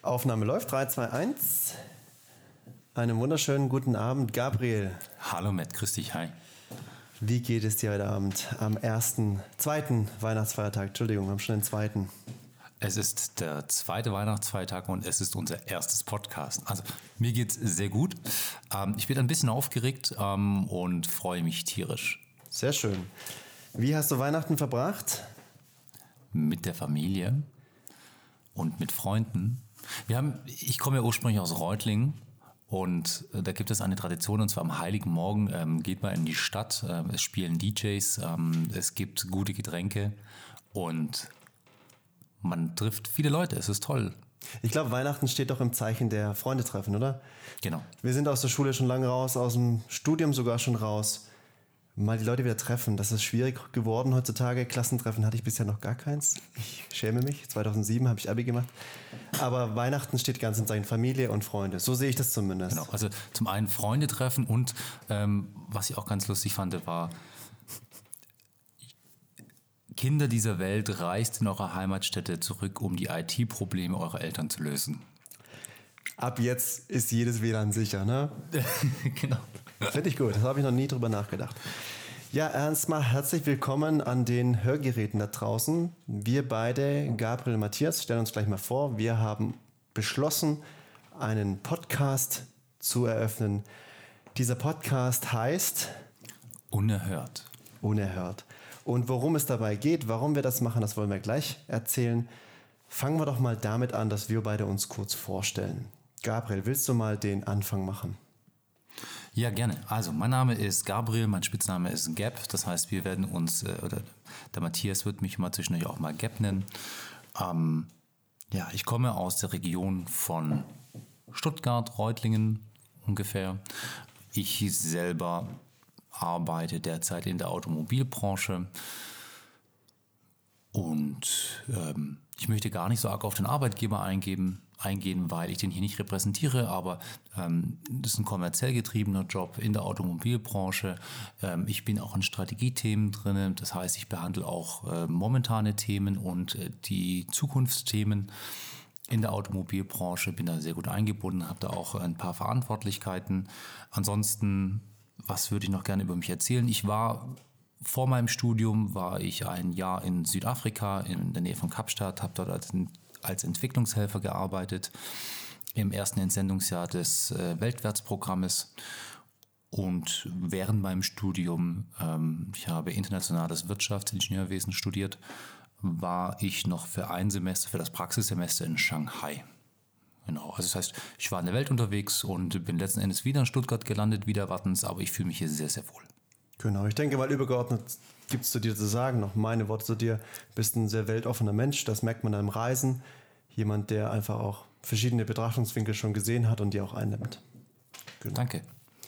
Aufnahme läuft, 3, 2, 1. Einen wunderschönen guten Abend, Gabriel. Hallo Matt, grüß dich, hi. Wie geht es dir heute Abend am zweiten Weihnachtsfeiertag? Entschuldigung, wir haben schon den zweiten. Es ist der zweite Weihnachtsfeiertag und es ist unser erstes Podcast. Also mir geht's sehr gut. Ich bin ein bisschen aufgeregt und freue mich tierisch. Sehr schön. Wie hast du Weihnachten verbracht? Mit der Familie und mit Freunden. Ich komme ja ursprünglich aus Reutlingen. Und da gibt es eine Tradition, und zwar am Heiligen Morgen geht man in die Stadt, es spielen DJs, es gibt gute Getränke und man trifft viele Leute, es ist toll. Ich glaube, Weihnachten steht doch im Zeichen der Freunde treffen, oder? Genau. Wir sind aus der Schule schon lange raus, aus dem Studium sogar schon raus. Mal die Leute wieder treffen, das ist schwierig geworden heutzutage. Klassentreffen hatte ich bisher noch gar keins. Ich schäme mich, 2007 habe ich Abi gemacht. Aber Weihnachten steht ganz im Zeichen Familie und Freunde. So sehe ich das zumindest. Genau, also zum einen Freunde treffen und was ich auch ganz lustig fand, war, Kinder dieser Welt, reist in eure Heimatstätte zurück, um die IT-Probleme eurer Eltern zu lösen. Ab jetzt ist jedes WLAN sicher, ne? Genau. Finde ich gut, das habe ich noch nie drüber nachgedacht. Ja, erstmal herzlich willkommen an den Hörgeräten da draußen. Wir beide, Gabriel und Matthias, stellen uns gleich mal vor. Wir haben beschlossen, einen Podcast zu eröffnen. Dieser Podcast heißt Unerhört. Unerhört. Und worum es dabei geht, warum wir das machen, das wollen wir gleich erzählen. Fangen wir doch mal damit an, dass wir beide uns kurz vorstellen. Gabriel, willst du mal den Anfang machen? Ja, gerne. Also, mein Name ist Gabriel, mein Spitzname ist Gab. Das heißt, wir werden uns, oder der Matthias wird mich mal zwischendurch auch mal Gab nennen. Ich komme aus der Region von Stuttgart, Reutlingen ungefähr. Ich selber arbeite derzeit in der Automobilbranche. Und ich möchte gar nicht so arg auf den Arbeitgeber eingehen, weil ich den hier nicht repräsentiere, aber das ist ein kommerziell getriebener Job in der Automobilbranche. Ich bin auch in Strategiethemen drin, das heißt, ich behandle auch momentane Themen und die Zukunftsthemen in der Automobilbranche, bin da sehr gut eingebunden, habe da auch ein paar Verantwortlichkeiten. Ansonsten, was würde ich noch gerne über mich erzählen? Vor meinem Studium war ich ein Jahr in Südafrika, in der Nähe von Kapstadt, habe dort als Entwicklungshelfer gearbeitet im ersten Entsendungsjahr des Weltwärtsprogrammes. Und während meinem Studium, ich habe internationales Wirtschaftsingenieurwesen studiert, war ich noch für ein Semester, für das Praxissemester in Shanghai. Genau, also das heißt, ich war in der Welt unterwegs und bin letzten Endes wieder in Stuttgart gelandet, wieder erwartens, aber ich fühle mich hier sehr, sehr wohl. Genau, ich denke mal übergeordnet gibt es zu dir zu sagen, noch meine Worte zu dir, bist ein sehr weltoffener Mensch, das merkt man beim Reisen, jemand, der einfach auch verschiedene Betrachtungswinkel schon gesehen hat und die auch einnimmt. Genau. Danke.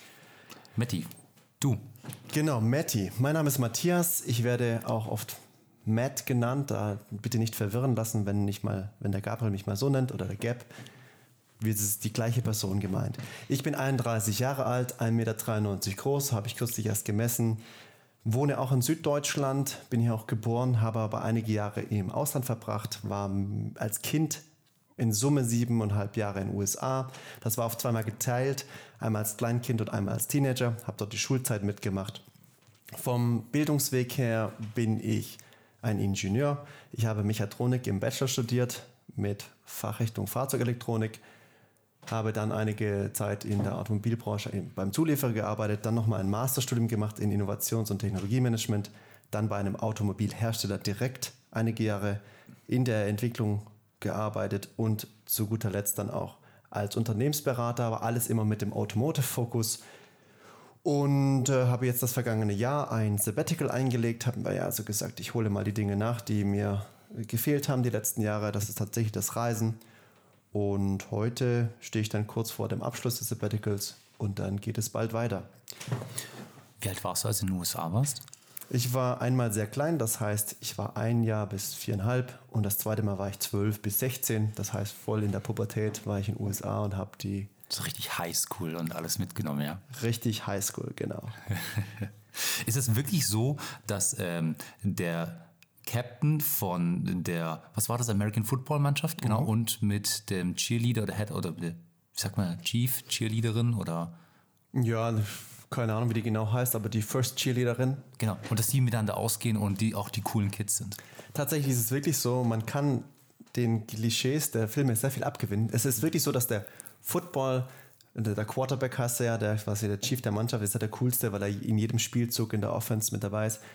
Matti, du. Genau, Matti. Mein Name ist Matthias, ich werde auch oft Matt genannt, da bitte nicht verwirren lassen, wenn der Gabriel mich mal so nennt oder der Gab. Es ist die gleiche Person gemeint. Ich bin 31 Jahre alt, 1,93 Meter groß, habe ich kürzlich erst gemessen. Wohne auch in Süddeutschland, bin hier auch geboren, habe aber einige Jahre im Ausland verbracht, war als Kind in Summe 7,5 Jahre in den USA. Das war auf zweimal geteilt, einmal als Kleinkind und einmal als Teenager, habe dort die Schulzeit mitgemacht. Vom Bildungsweg her bin ich ein Ingenieur. Ich habe Mechatronik im Bachelor studiert mit Fachrichtung Fahrzeugelektronik. Habe dann einige Zeit in der Automobilbranche beim Zulieferer gearbeitet, dann nochmal ein Masterstudium gemacht in Innovations- und Technologiemanagement, dann bei einem Automobilhersteller direkt einige Jahre in der Entwicklung gearbeitet und zu guter Letzt dann auch als Unternehmensberater, aber alles immer mit dem Automotive-Fokus. Und habe jetzt das vergangene Jahr ein Sabbatical eingelegt, habe mir also gesagt, ich hole mal die Dinge nach, die mir gefehlt haben die letzten Jahre. Das ist tatsächlich das Reisen. Und heute stehe ich dann kurz vor dem Abschluss des Sabbaticals und dann geht es bald weiter. Wie alt warst du, als du in den USA warst? Ich war einmal sehr klein, das heißt, ich war 1 Jahr bis 4,5 und das zweite Mal war ich 12 bis 16. Das heißt, voll in der Pubertät war ich in den USA und habe die... So richtig Highschool und alles mitgenommen, ja? Richtig Highschool, genau. Ist es wirklich so, dass der Captain von der, was war das, American Football Mannschaft, genau, und mit dem Cheerleader oder Head oder wie sagt man, Chief Cheerleaderin oder? Ja, keine Ahnung, wie die genau heißt, aber die First Cheerleaderin. Genau, und dass die miteinander ausgehen und die auch die coolen Kids sind. Tatsächlich ist es wirklich so, man kann den Klischees der Filme sehr viel abgewinnen. Es ist wirklich so, dass der Football, der Quarterback heißt er ja, der Chief der Mannschaft, ist ja der coolste, weil er in jedem Spielzug in der Offense mit dabei ist.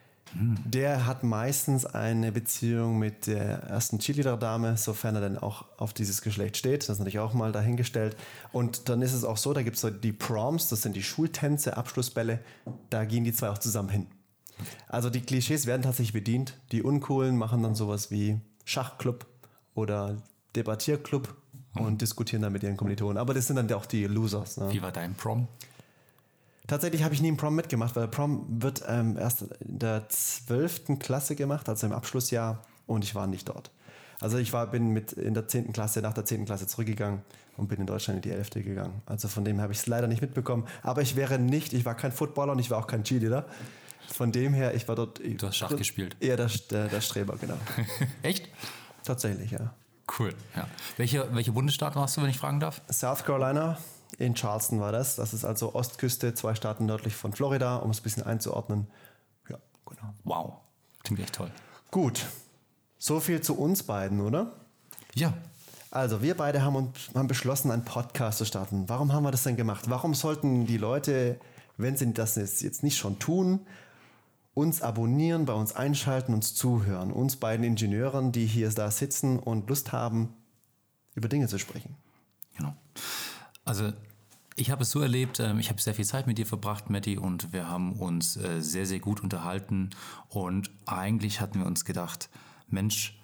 Der hat meistens eine Beziehung mit der ersten Cheerleader-Dame, sofern er dann auch auf dieses Geschlecht steht. Das ist natürlich auch mal dahingestellt. Und dann ist es auch so, da gibt es so die Proms, das sind die Schultänze, Abschlussbälle, da gehen die zwei auch zusammen hin. Also die Klischees werden tatsächlich bedient. Die Uncoolen machen dann sowas wie Schachclub oder Debattierclub und diskutieren dann mit ihren Kommilitonen. Aber das sind dann auch die Losers. Ne? Wie war dein Prom? Tatsächlich habe ich nie einen Prom mitgemacht, weil Prom wird erst in der 12. Klasse gemacht, also im Abschlussjahr, und ich war nicht dort. Also bin in der 10. Klasse, nach der 10. Klasse zurückgegangen und bin in Deutschland in die 11. gegangen. Also von dem habe ich es leider nicht mitbekommen. Aber ich war kein Footballer und ich war auch kein Cheerleader. Von dem her, ich war dort... Du hast Schach gespielt? Eher der Streber, genau. Echt? Tatsächlich, ja. Cool, ja. Welche Bundesstaat warst du, wenn ich fragen darf? South Carolina. In Charleston war das. Das ist also Ostküste, 2 Staaten nördlich von Florida, um es ein bisschen einzuordnen. Ja, genau. Wow, klingt echt toll. Gut, so viel zu uns beiden, oder? Ja. Also wir beide haben beschlossen, einen Podcast zu starten. Warum haben wir das denn gemacht? Warum sollten die Leute, wenn sie das jetzt nicht schon tun, uns abonnieren, bei uns einschalten, uns zuhören? Uns beiden Ingenieuren, die hier da sitzen und Lust haben, über Dinge zu sprechen. Genau. Also ich habe es so erlebt, ich habe sehr viel Zeit mit dir verbracht, Matti, und wir haben uns sehr, sehr gut unterhalten. Und eigentlich hatten wir uns gedacht, Mensch,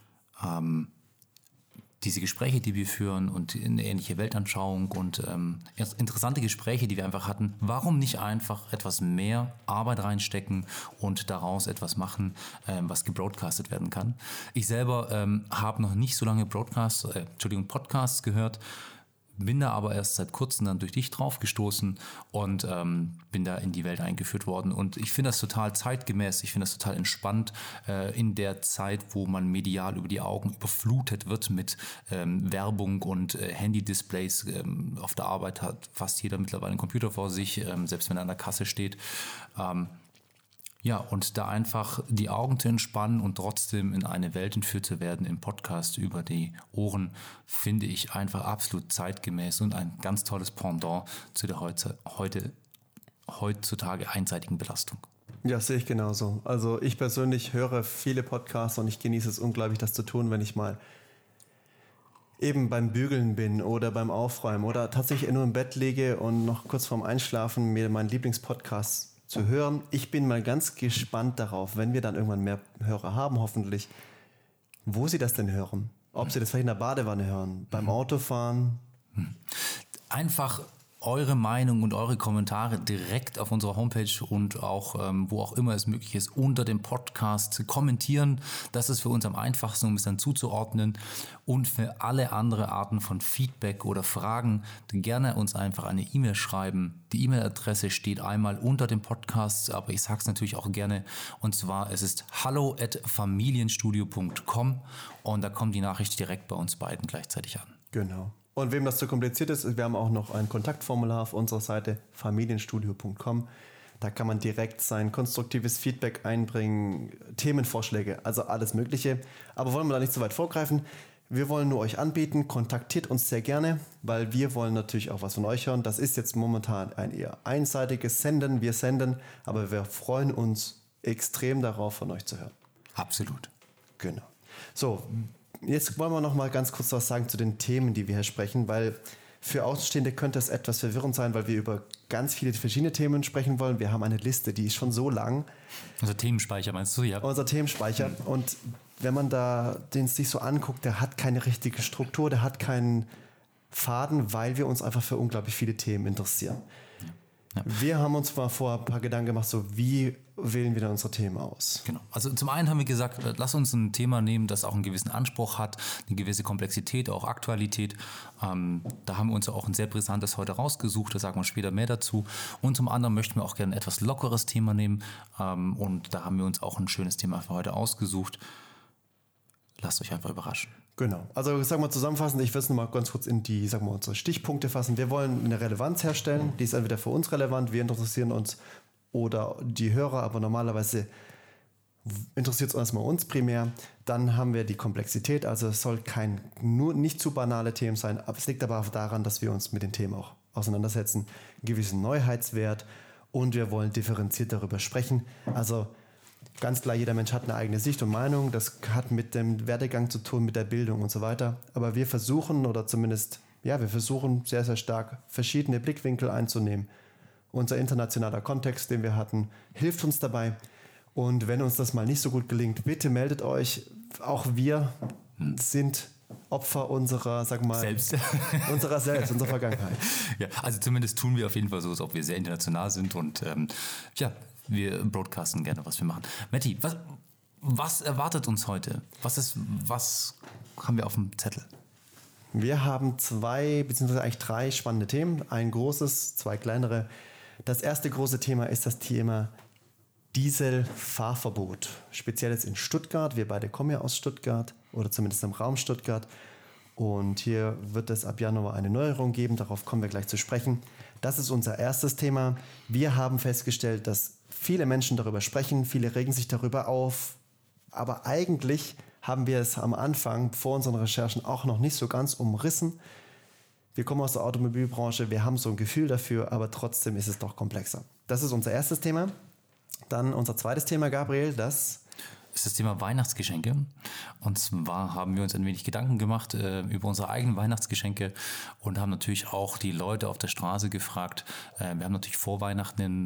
diese Gespräche, die wir führen und eine ähnliche Weltanschauung und interessante Gespräche, die wir einfach hatten, warum nicht einfach etwas mehr Arbeit reinstecken und daraus etwas machen, was gebroadcastet werden kann. Ich selber habe noch nicht so lange Podcasts gehört, bin da aber erst seit kurzem dann durch dich drauf gestoßen und bin da in die Welt eingeführt worden. Und ich finde das total zeitgemäß, ich finde das total entspannt in der Zeit, wo man medial über die Augen überflutet wird mit Werbung und Handy-Displays. Auf der Arbeit hat fast jeder mittlerweile einen Computer vor sich, selbst wenn er an der Kasse steht. Ja, und da einfach die Augen zu entspannen und trotzdem in eine Welt entführt zu werden im Podcast über die Ohren, finde ich einfach absolut zeitgemäß und ein ganz tolles Pendant zu der heutzutage einseitigen Belastung. Ja, sehe ich genauso. Also ich persönlich höre viele Podcasts und ich genieße es unglaublich, das zu tun, wenn ich mal eben beim Bügeln bin oder beim Aufräumen oder tatsächlich nur im Bett liege und noch kurz vorm Einschlafen mir meinen Lieblingspodcast zu hören. Ich bin mal ganz gespannt darauf, wenn wir dann irgendwann mehr Hörer haben, hoffentlich, wo sie das denn hören. Ob sie das vielleicht in der Badewanne hören, beim Autofahren. Einfach eure Meinung und eure Kommentare direkt auf unserer Homepage und auch, wo auch immer es möglich ist, unter dem Podcast kommentieren. Das ist für uns am einfachsten, um es dann zuzuordnen. Und für alle andere Arten von Feedback oder Fragen gerne uns einfach eine E-Mail schreiben. Die E-Mail-Adresse steht einmal unter dem Podcast, aber ich sage es natürlich auch gerne. Und zwar, es ist hallo@familienstudio.com und da kommt die Nachricht direkt bei uns beiden gleichzeitig an. Genau. Und wem das zu kompliziert ist, wir haben auch noch ein Kontaktformular auf unserer Seite familienstudio.com. Da kann man direkt sein konstruktives Feedback einbringen, Themenvorschläge, also alles Mögliche. Aber wollen wir da nicht so weit vorgreifen. Wir wollen nur euch anbieten, kontaktiert uns sehr gerne, weil wir wollen natürlich auch was von euch hören. Das ist jetzt momentan ein eher einseitiges Senden. Wir senden, aber wir freuen uns extrem darauf, von euch zu hören. Absolut. Genau. So, jetzt wollen wir noch mal ganz kurz was sagen zu den Themen, die wir hier sprechen, weil für Außenstehende könnte es etwas verwirrend sein, weil wir über ganz viele verschiedene Themen sprechen wollen. Wir haben eine Liste, die ist schon so lang. Unser Themenspeicher meinst du, ja? Unser Themenspeicher. Und wenn man den sich so anguckt, der hat keine richtige Struktur, der hat keinen Faden, weil wir uns einfach für unglaublich viele Themen interessieren. Ja. Wir haben uns mal vor ein paar Gedanken gemacht, so wie wählen wir dann unsere Themen aus? Genau. Also zum einen haben wir gesagt, lass uns ein Thema nehmen, das auch einen gewissen Anspruch hat, eine gewisse Komplexität, auch Aktualität. Da haben wir uns auch ein sehr brisantes heute rausgesucht, da sagen wir später mehr dazu. Und zum anderen möchten wir auch gerne ein etwas lockeres Thema nehmen. Und da haben wir uns auch ein schönes Thema für heute ausgesucht. Lasst euch einfach überraschen. Genau. Also sagen wir zusammenfassend, ich will es nochmal ganz kurz in die, sagen wir, unsere Stichpunkte fassen. Wir wollen eine Relevanz herstellen, die ist entweder für uns relevant, wir interessieren uns oder die Hörer, aber normalerweise interessiert es erstmal uns primär. Dann haben wir die Komplexität, also es soll nicht zu banale Themen sein, aber es liegt aber auch daran, dass wir uns mit den Themen auch auseinandersetzen, einen gewissen Neuheitswert und wir wollen differenziert darüber sprechen. Also ganz klar, jeder Mensch hat eine eigene Sicht und Meinung, das hat mit dem Werdegang zu tun, mit der Bildung und so weiter. Aber wir versuchen, oder zumindest, ja, wir versuchen sehr, sehr stark verschiedene Blickwinkel einzunehmen. Unser internationaler Kontext, den wir hatten, hilft uns dabei. Und wenn uns das mal nicht so gut gelingt, bitte meldet euch. Auch wir sind Opfer unserer, sag mal, unserer Vergangenheit. Ja, also zumindest tun wir auf jeden Fall so, als ob wir sehr international sind und wir broadcasten gerne, was wir machen. Matti, was erwartet uns heute? Was haben wir auf dem Zettel? Wir haben 2, beziehungsweise eigentlich 3 spannende Themen. Ein großes, 2 kleinere. Das erste große Thema ist das Thema Dieselfahrverbot. Speziell jetzt in Stuttgart. Wir beide kommen ja aus Stuttgart oder zumindest im Raum Stuttgart. Und hier wird es ab Januar eine Neuerung geben. Darauf kommen wir gleich zu sprechen. Das ist unser erstes Thema. Wir haben festgestellt, dass viele Menschen darüber sprechen. Viele regen sich darüber auf. Aber eigentlich haben wir es am Anfang vor unseren Recherchen auch noch nicht so ganz umrissen. Wir kommen aus der Automobilbranche, wir haben so ein Gefühl dafür, aber trotzdem ist es doch komplexer. Das ist unser erstes Thema. Dann unser zweites Thema, Gabriel, das ist das Thema Weihnachtsgeschenke. Und zwar haben wir uns ein wenig Gedanken gemacht über unsere eigenen Weihnachtsgeschenke und haben natürlich auch die Leute auf der Straße gefragt. Wir haben natürlich vor Weihnachten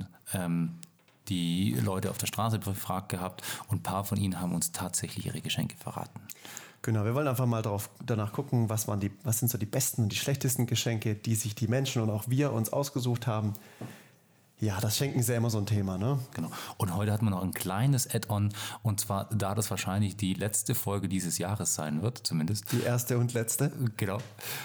die Leute auf der Straße befragt gehabt und ein paar von ihnen haben uns tatsächlich ihre Geschenke verraten. Genau, wir wollen einfach mal danach gucken, was sind so die besten und die schlechtesten Geschenke, die sich die Menschen und auch wir uns ausgesucht haben. Ja, das Schenken ist ja immer so ein Thema, ne? Genau. Und heute hat man noch ein kleines Add-on und zwar, da das wahrscheinlich die letzte Folge dieses Jahres sein wird, zumindest. Die erste und letzte. Genau.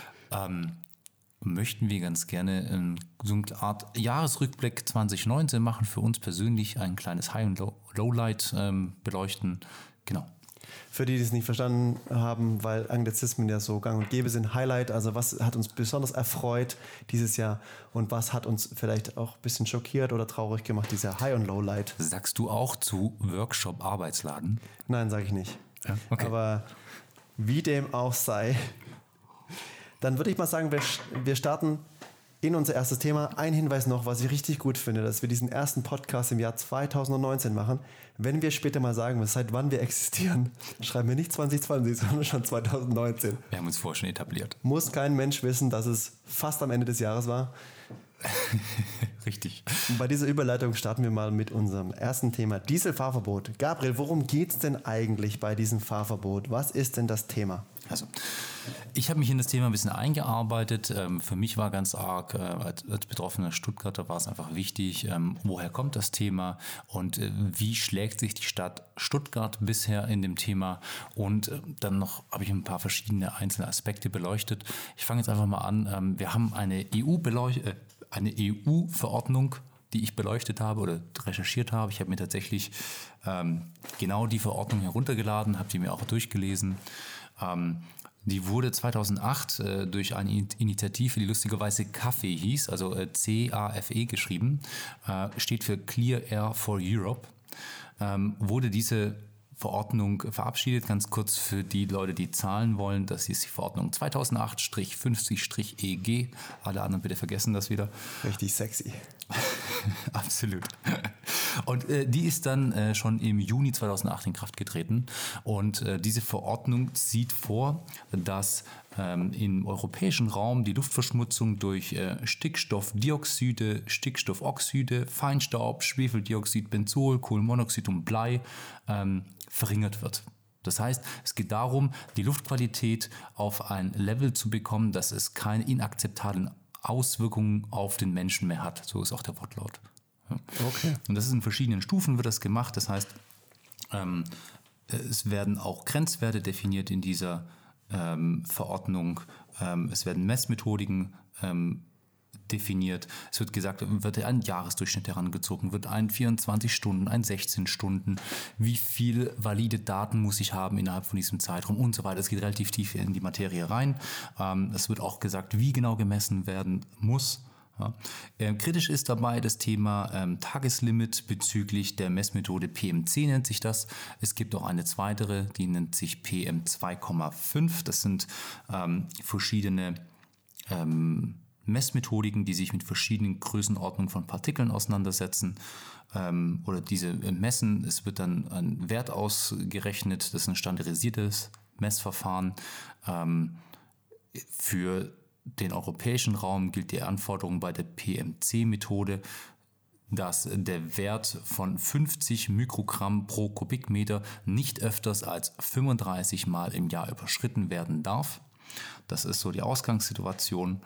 Möchten wir ganz gerne so eine Art Jahresrückblick 2019 machen, für uns persönlich ein kleines High- und Lowlight beleuchten. Genau. Für die, die es nicht verstanden haben, weil Anglizismen ja so gang und gäbe sind, Highlight, also was hat uns besonders erfreut dieses Jahr und was hat uns vielleicht auch ein bisschen schockiert oder traurig gemacht, dieser High- und Lowlight. Sagst du auch zu Workshop Arbeitsladen? Nein, sage ich nicht. Ja, okay. Aber wie dem auch sei, dann würde ich mal sagen, wir starten in unser erstes Thema. Ein Hinweis noch, was ich richtig gut finde, dass wir diesen ersten Podcast im Jahr 2019 machen. Wenn wir später mal sagen, seit wann wir existieren, schreiben wir nicht 2020, sondern schon 2019. Wir haben uns vorher schon etabliert. Muss kein Mensch wissen, dass es fast am Ende des Jahres war. Richtig. Und bei dieser Überleitung starten wir mal mit unserem ersten Thema, Dieselfahrverbot. Gabriel, worum geht es denn eigentlich bei diesem Fahrverbot? Was ist denn das Thema? Also, ich habe mich in das Thema ein bisschen eingearbeitet. Für mich war ganz arg, als betroffener Stuttgarter war es einfach wichtig, woher kommt das Thema und wie schlägt sich die Stadt Stuttgart bisher in dem Thema. Und dann noch habe ich ein paar verschiedene einzelne Aspekte beleuchtet. Ich fange jetzt einfach mal an. Wir haben eine EU-Verordnung, die ich beleuchtet habe oder recherchiert habe. Ich habe mir tatsächlich genau die Verordnung heruntergeladen, habe die mir auch durchgelesen. Die wurde 2008 durch eine Initiative, die lustigerweise CAFE hieß, also CAFE geschrieben, steht für Clear Air for Europe, wurde diese Verordnung verabschiedet. Ganz kurz für die Leute, die zahlen wollen, das ist die Verordnung 2008-50-EG. Alle anderen bitte vergessen das wieder. Richtig sexy. Absolut. Und die ist dann schon im Juni 2008 in Kraft getreten. Und diese Verordnung sieht vor, dass im europäischen Raum die Luftverschmutzung durch Stickstoffdioxide, Stickstoffoxide, Feinstaub, Schwefeldioxid, Benzol, Kohlenmonoxid und Blei verringert wird. Das heißt, es geht darum, die Luftqualität auf ein Level zu bekommen, dass es keine inakzeptablen Auswirkungen auf den Menschen mehr hat. So ist auch der Wortlaut. Ja. Okay. Und das ist in verschiedenen Stufen wird das gemacht. Das heißt, es werden auch Grenzwerte definiert in dieser Verordnung. Es werden Messmethodiken definiert. Es wird gesagt, wird ein Jahresdurchschnitt herangezogen, wird ein 24 Stunden, ein 16 Stunden, wie viel valide Daten muss ich haben innerhalb von diesem Zeitraum und so weiter. Es geht relativ tief in die Materie rein. Es wird auch gesagt, wie genau gemessen werden muss. Ja. Kritisch ist dabei das Thema Tageslimit bezüglich der Messmethode PM10 nennt sich das. Es gibt auch eine zweitere, die nennt sich PM2,5. Das sind verschiedene Messmethodiken, die sich mit verschiedenen Größenordnungen von Partikeln auseinandersetzen oder diese messen. Es wird dann ein Wert ausgerechnet, das ist ein standardisiertes Messverfahren. Für den europäischen Raum gilt die Anforderung bei der PMC-Methode, dass der Wert von 50 Mikrogramm pro Kubikmeter nicht öfters als 35 Mal im Jahr überschritten werden darf. Das ist so die Ausgangssituation.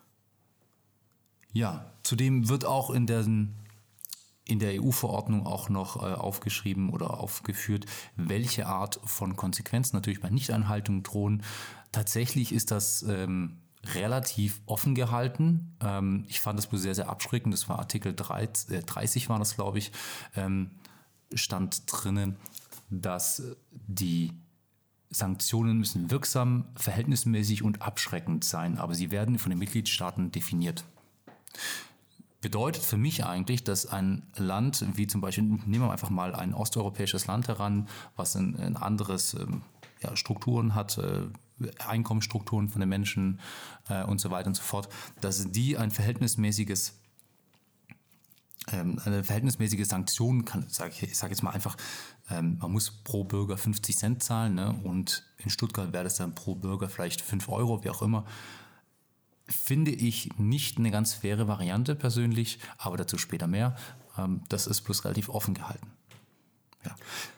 Ja, zudem wird auch in der EU-Verordnung auch noch aufgeschrieben oder aufgeführt, welche Art von Konsequenzen natürlich bei Nichteinhaltung drohen. Tatsächlich ist das relativ offen gehalten. Ich fand das bloß sehr, sehr abschreckend. Das war Artikel 30 war das, glaube ich, stand drinnen, dass die Sanktionen müssen wirksam, verhältnismäßig und abschreckend sein, aber sie werden von den Mitgliedstaaten definiert. Bedeutet für mich eigentlich, dass ein Land, wie zum Beispiel, nehmen wir einfach mal ein osteuropäisches Land heran, was ein anderes Strukturen hat, Einkommensstrukturen von den Menschen und so weiter und so fort, dass die eine verhältnismäßige Sanktion kann, ich sage jetzt mal einfach, man muss pro Bürger 50 Cent zahlen, ne? Und in Stuttgart wäre das dann pro Bürger vielleicht 5 Euro, wie auch immer. Finde ich nicht eine ganz faire Variante persönlich, aber dazu später mehr. Das ist bloß relativ offen gehalten. Ja.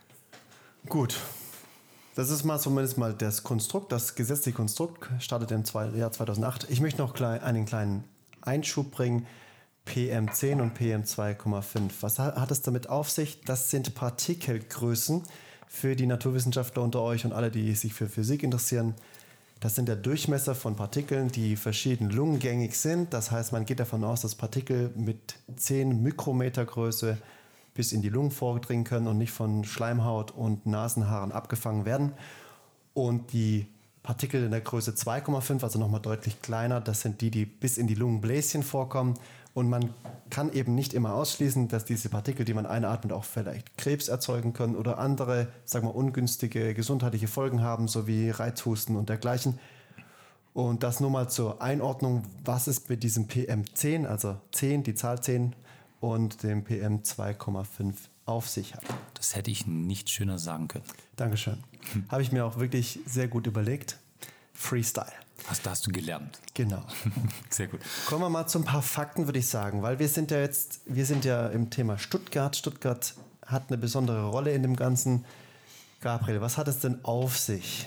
Gut. Das ist mal zumindest mal das Konstrukt, das gesetzliche Konstrukt startet im Jahr 2008. Ich möchte noch einen kleinen Einschub bringen. PM10 und PM2,5. Was hat es damit auf sich? Das sind Partikelgrößen für die Naturwissenschaftler unter euch und alle, die sich für Physik interessieren. Das sind der Durchmesser von Partikeln, die verschieden lungengängig sind. Das heißt, man geht davon aus, dass Partikel mit 10 Mikrometer Größe bis in die Lungen vordringen können und nicht von Schleimhaut und Nasenhaaren abgefangen werden. Und die Partikel in der Größe 2,5, also nochmal deutlich kleiner, das sind die bis in die Lungenbläschen vorkommen. Und man kann eben nicht immer ausschließen, dass diese Partikel, die man einatmet, auch vielleicht Krebs erzeugen können oder andere, sagen wir, ungünstige gesundheitliche Folgen haben, sowie Reizhusten und dergleichen. Und das nur mal zur Einordnung, was ist mit diesem PM10, also 10, die Zahl 10 und dem PM2,5 auf sich hat. Das hätte ich nicht schöner sagen können. Dankeschön. Habe ich mir auch wirklich sehr gut überlegt. Freestyle. Da hast du gelernt. Genau. Sehr gut. Kommen wir mal zu ein paar Fakten, würde ich sagen, weil wir sind ja im Thema Stuttgart. Stuttgart hat eine besondere Rolle in dem Ganzen. Gabriel, was hat es denn auf sich?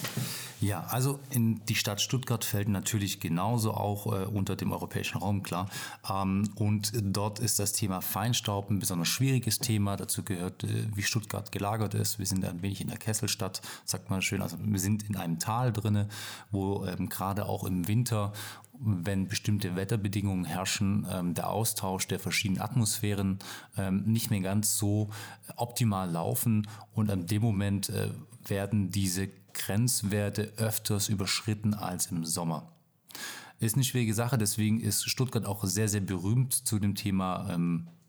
Ja, also in die Stadt Stuttgart fällt natürlich genauso auch unter dem europäischen Raum, klar. Und dort ist das Thema Feinstaub ein besonders schwieriges Thema. Dazu gehört, wie Stuttgart gelagert ist. Wir sind ein wenig in der Kesselstadt, sagt man schön. Also wir sind in einem Tal drinne, wo gerade auch im Winter, wenn bestimmte Wetterbedingungen herrschen, der Austausch der verschiedenen Atmosphären nicht mehr ganz so optimal laufen. Und an dem Moment werden diese Grenzwerte öfters überschritten als im Sommer. Ist eine schwierige Sache, deswegen ist Stuttgart auch sehr, sehr berühmt zu dem Thema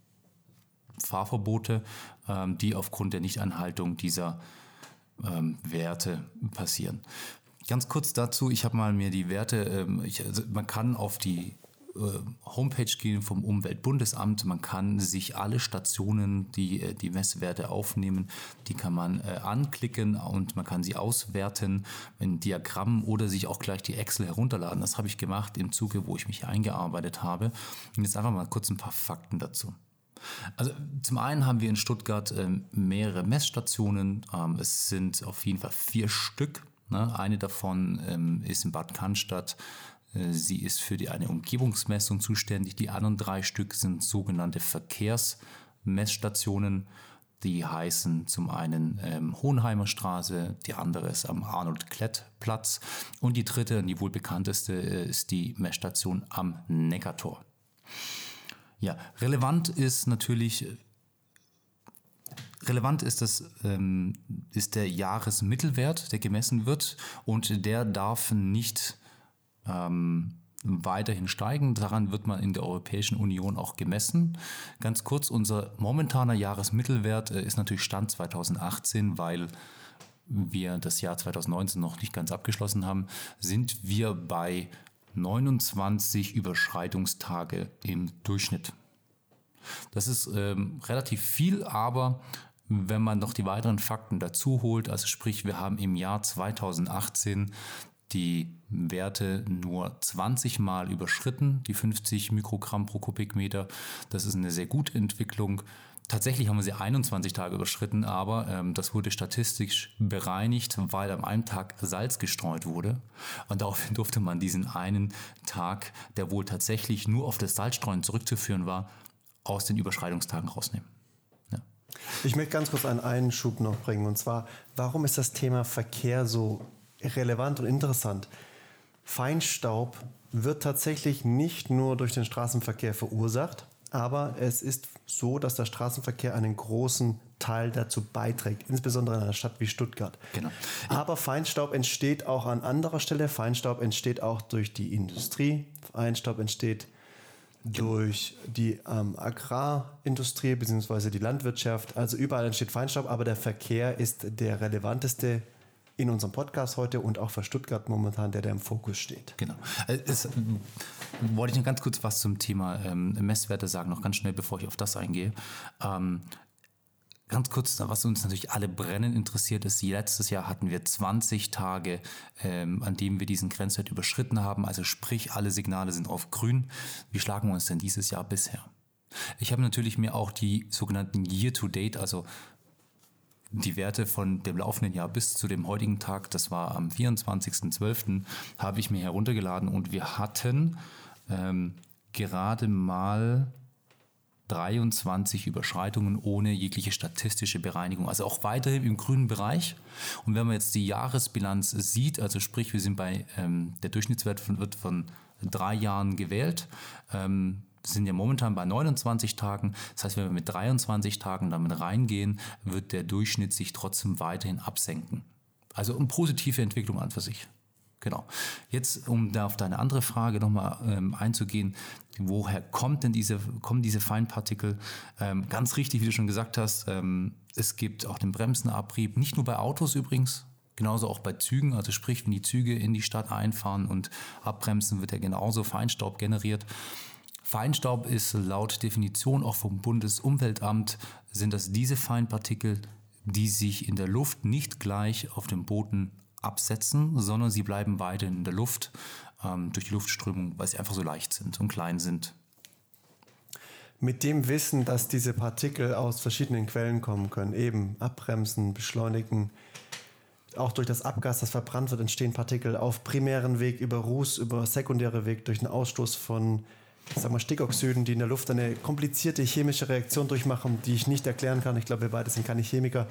Fahrverbote, die aufgrund der Nichteinhaltung dieser Werte passieren. Ganz kurz dazu, ich habe mal mir die Werte, man kann auf die Homepage gehen vom Umweltbundesamt. Man kann sich alle Stationen, die die Messwerte aufnehmen, die kann man anklicken und man kann sie auswerten in Diagrammen oder sich auch gleich die Excel herunterladen. Das habe ich gemacht im Zuge, wo ich mich eingearbeitet habe. Und jetzt einfach mal kurz ein paar Fakten dazu. Also zum einen haben wir in Stuttgart mehrere Messstationen. Es sind auf jeden Fall 4 Stück. Ne? Eine davon ist in Bad Cannstatt. Sie ist für eine Umgebungsmessung zuständig. Die anderen 3 Stück sind sogenannte Verkehrsmessstationen. Die heißen zum einen Hohenheimer Straße, die andere ist am Arnold-Klett-Platz und die dritte, die wohl bekannteste, ist die Messstation am Neckartor. Ja, relevant ist der Jahresmittelwert, der gemessen wird, und der darf nicht weiterhin steigen. Daran wird man in der Europäischen Union auch gemessen. Ganz kurz, unser momentaner Jahresmittelwert ist natürlich Stand 2018, weil wir das Jahr 2019 noch nicht ganz abgeschlossen haben, sind wir bei 29 Überschreitungstage im Durchschnitt. Das ist relativ viel, aber wenn man noch die weiteren Fakten dazu holt, also sprich, wir haben im Jahr 2018 die Werte nur 20 Mal überschritten, die 50 Mikrogramm pro Kubikmeter. Das ist eine sehr gute Entwicklung. Tatsächlich haben wir sie 21 Tage überschritten, aber das wurde statistisch bereinigt, weil am einen Tag Salz gestreut wurde. Und daraufhin durfte man diesen einen Tag, der wohl tatsächlich nur auf das Salzstreuen zurückzuführen war, aus den Überschreitungstagen rausnehmen. Ja. Ich möchte ganz kurz einen Einschub noch bringen. Und zwar, warum ist das Thema Verkehr so relevant und interessant? Feinstaub wird tatsächlich nicht nur durch den Straßenverkehr verursacht, aber es ist so, dass der Straßenverkehr einen großen Teil dazu beiträgt, insbesondere in einer Stadt wie Stuttgart. Genau. Aber Feinstaub entsteht auch an anderer Stelle. Feinstaub entsteht auch durch die Industrie. Feinstaub entsteht durch die Agrarindustrie bzw. die Landwirtschaft. Also überall entsteht Feinstaub, aber der Verkehr ist der relevanteste in unserem Podcast heute und auch für Stuttgart momentan, der im Fokus steht. Genau. Wollte ich noch ganz kurz was zum Thema Messwerte sagen, noch ganz schnell, bevor ich auf das eingehe. Ganz kurz, was uns natürlich alle brennend interessiert ist, letztes Jahr hatten wir 20 Tage, an denen wir diesen Grenzwert überschritten haben, also sprich, alle Signale sind auf grün. Wie schlagen wir uns denn dieses Jahr bisher? Ich habe natürlich mir auch die sogenannten Year-to-Date, also die Werte von dem laufenden Jahr bis zu dem heutigen Tag, das war am 24.12., habe ich mir heruntergeladen und wir hatten gerade mal 23 Überschreitungen ohne jegliche statistische Bereinigung, also auch weiterhin im grünen Bereich. Und wenn man jetzt die Jahresbilanz sieht, also sprich, wir sind bei, der Durchschnittswert wird von 3 Jahren gewählt, sind ja momentan bei 29 Tagen. Das heißt, wenn wir mit 23 Tagen damit reingehen, wird der Durchschnitt sich trotzdem weiterhin absenken. Also eine positive Entwicklung an für sich. Genau. Jetzt, um da auf deine andere Frage nochmal einzugehen, woher kommen diese Feinpartikel? Ganz richtig, wie du schon gesagt hast, es gibt auch den Bremsenabrieb, nicht nur bei Autos übrigens, genauso auch bei Zügen, also sprich, wenn die Züge in die Stadt einfahren und abbremsen, wird ja genauso Feinstaub generiert. Feinstaub ist laut Definition auch vom Bundesumweltamt, sind das diese Feinpartikel, die sich in der Luft nicht gleich auf dem Boden absetzen, sondern sie bleiben weiterhin in der Luft durch die Luftströmung, weil sie einfach so leicht sind und klein sind. Mit dem Wissen, dass diese Partikel aus verschiedenen Quellen kommen können, eben abbremsen, beschleunigen, auch durch das Abgas, das verbrannt wird, entstehen Partikel auf primären Weg, über Ruß, über sekundäre Weg, durch den Ausstoß von Stickoxiden, die in der Luft eine komplizierte chemische Reaktion durchmachen, die ich nicht erklären kann. Ich glaube, wir beide sind keine Chemiker.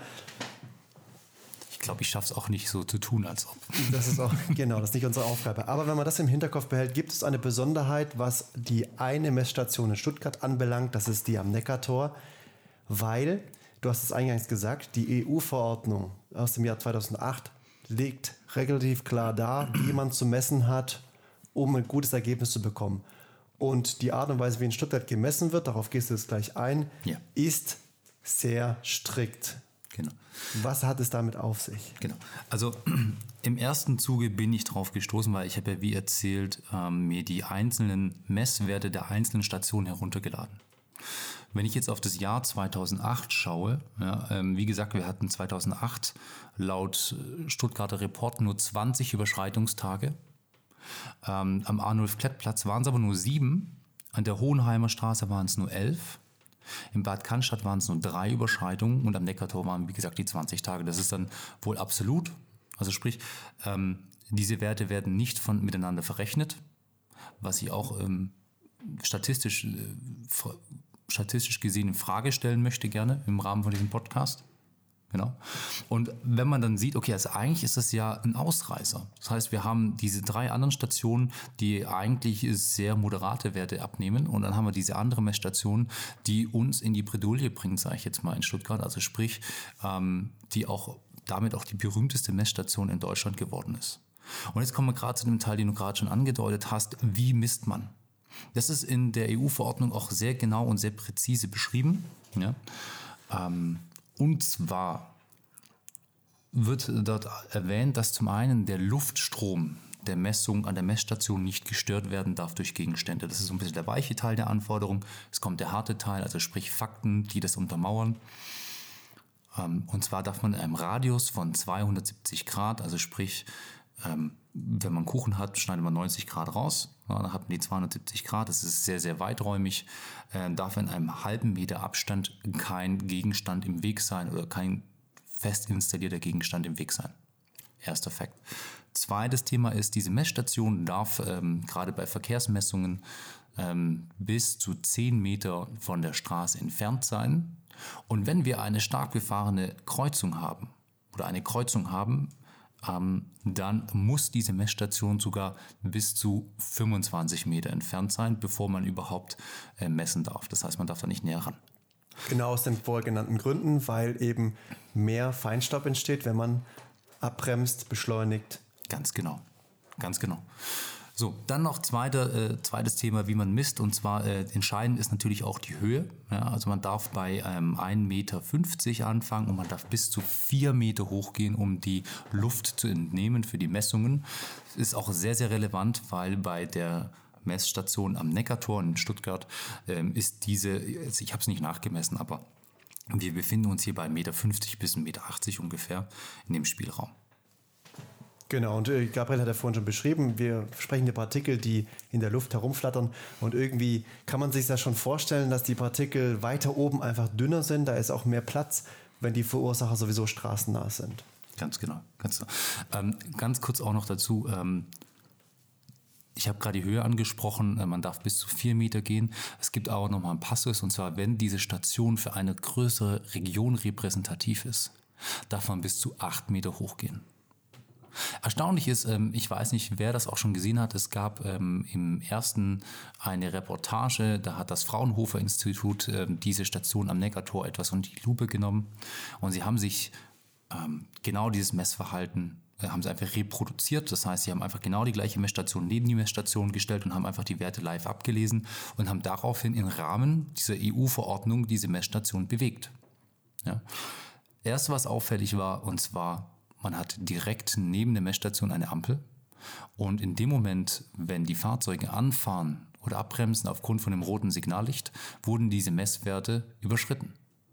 Ich glaube, ich schaffe es auch nicht so zu tun, als ob. Das ist auch, genau, das ist nicht unsere Aufgabe. Aber wenn man das im Hinterkopf behält, gibt es eine Besonderheit, was die eine Messstation in Stuttgart anbelangt, das ist die am Neckartor, weil, du hast es eingangs gesagt, die EU-Verordnung aus dem Jahr 2008 legt relativ klar dar, wie man zu messen hat, um ein gutes Ergebnis zu bekommen. Und die Art und Weise, wie in Stuttgart gemessen wird, darauf gehst du jetzt gleich ein, ist sehr strikt. Genau. Was hat es damit auf sich? Genau. Also im ersten Zuge bin ich drauf gestoßen, weil ich habe ja, wie erzählt, mir die einzelnen Messwerte der einzelnen Stationen heruntergeladen. Wenn ich jetzt auf das Jahr 2008 schaue, wie gesagt, wir hatten 2008 laut Stuttgarter Report nur 20 Überschreitungstage. Am Arnulf-Klett-Platz waren es aber nur 7, an der Hohenheimer Straße waren es nur 11, im Bad Cannstatt waren es nur 3 Überschreitungen und am Neckartor waren, wie gesagt, die 20 Tage. Das ist dann wohl absolut, also sprich, diese Werte werden nicht miteinander verrechnet. was ich auch statistisch gesehen in Frage stellen möchte, gerne im Rahmen von diesem Podcast. Genau. Und wenn man dann sieht, okay, also eigentlich ist das ja ein Ausreißer. Das heißt, wir haben diese 3 anderen Stationen, die eigentlich sehr moderate Werte abnehmen. Und dann haben wir diese andere Messstation, die uns in die Bredouille bringt, sage ich jetzt mal in Stuttgart. Also sprich, die auch damit auch die berühmteste Messstation in Deutschland geworden ist. Und jetzt kommen wir gerade zu dem Teil, den du gerade schon angedeutet hast. Wie misst man? Das ist in der EU-Verordnung auch sehr genau und sehr präzise beschrieben. Ja? Und zwar wird dort erwähnt, dass zum einen der Luftstrom der Messung an der Messstation nicht gestört werden darf durch Gegenstände. Das ist so ein bisschen der weiche Teil der Anforderung. Es kommt der harte Teil, also sprich Fakten, die das untermauern. Und zwar darf man in einem Radius von 270 Grad, also sprich, wenn man Kuchen hat, schneidet man 90 Grad raus. Ja, dann hat man die 270 Grad, das ist sehr, sehr weiträumig. Darf in einem halben Meter Abstand kein Gegenstand im Weg sein oder kein fest installierter Gegenstand im Weg sein. Erster Fakt. Zweites Thema ist, diese Messstation darf gerade bei Verkehrsmessungen bis zu 10 Meter von der Straße entfernt sein. Und wenn wir eine stark befahrene Kreuzung haben oder eine Kreuzung haben, dann muss diese Messstation sogar bis zu 25 Meter entfernt sein, bevor man überhaupt messen darf. Das heißt, man darf da nicht näher ran. Genau aus den vorher genannten Gründen, weil eben mehr Feinstaub entsteht, wenn man abbremst, beschleunigt. Ganz genau, ganz genau. So, dann noch zweites Thema, wie man misst, und zwar entscheidend ist natürlich auch die Höhe. Ja, also man darf bei 1,50 Meter anfangen und man darf bis zu 4 Meter hochgehen, um die Luft zu entnehmen für die Messungen. Das ist auch sehr, sehr relevant, weil bei der Messstation am Neckartor in Stuttgart ist diese, ich habe es nicht nachgemessen, aber wir befinden uns hier bei 1,50 Meter bis 1,80 Meter ungefähr in dem Spielraum. Genau, und Gabriel hat ja vorhin schon beschrieben, wir sprechen über Partikel, die in der Luft herumflattern, und irgendwie kann man sich das schon vorstellen, dass die Partikel weiter oben einfach dünner sind, da ist auch mehr Platz, wenn die Verursacher sowieso straßennah sind. Ganz genau, ganz genau. Ganz kurz auch noch dazu, ich habe gerade die Höhe angesprochen, man darf bis zu 4 Meter gehen. Es gibt auch nochmal einen Passus, und zwar, wenn diese Station für eine größere Region repräsentativ ist, darf man bis zu 8 Meter hochgehen. Erstaunlich ist, ich weiß nicht, wer das auch schon gesehen hat, es gab im ersten eine Reportage, da hat das Fraunhofer Institut diese Station am Neckartor etwas unter die Lupe genommen, und sie haben sich genau dieses Messverhalten haben sie einfach reproduziert. Das heißt, sie haben einfach genau die gleiche Messstation neben die Messstation gestellt und haben einfach die Werte live abgelesen und haben daraufhin im Rahmen dieser EU-Verordnung diese Messstation bewegt. Ja. Erst was auffällig war, und zwar, man hat direkt neben der Messstation eine Ampel, und in dem Moment, wenn die Fahrzeuge anfahren oder abbremsen aufgrund von dem roten Signallicht, wurden diese Messwerte überschritten.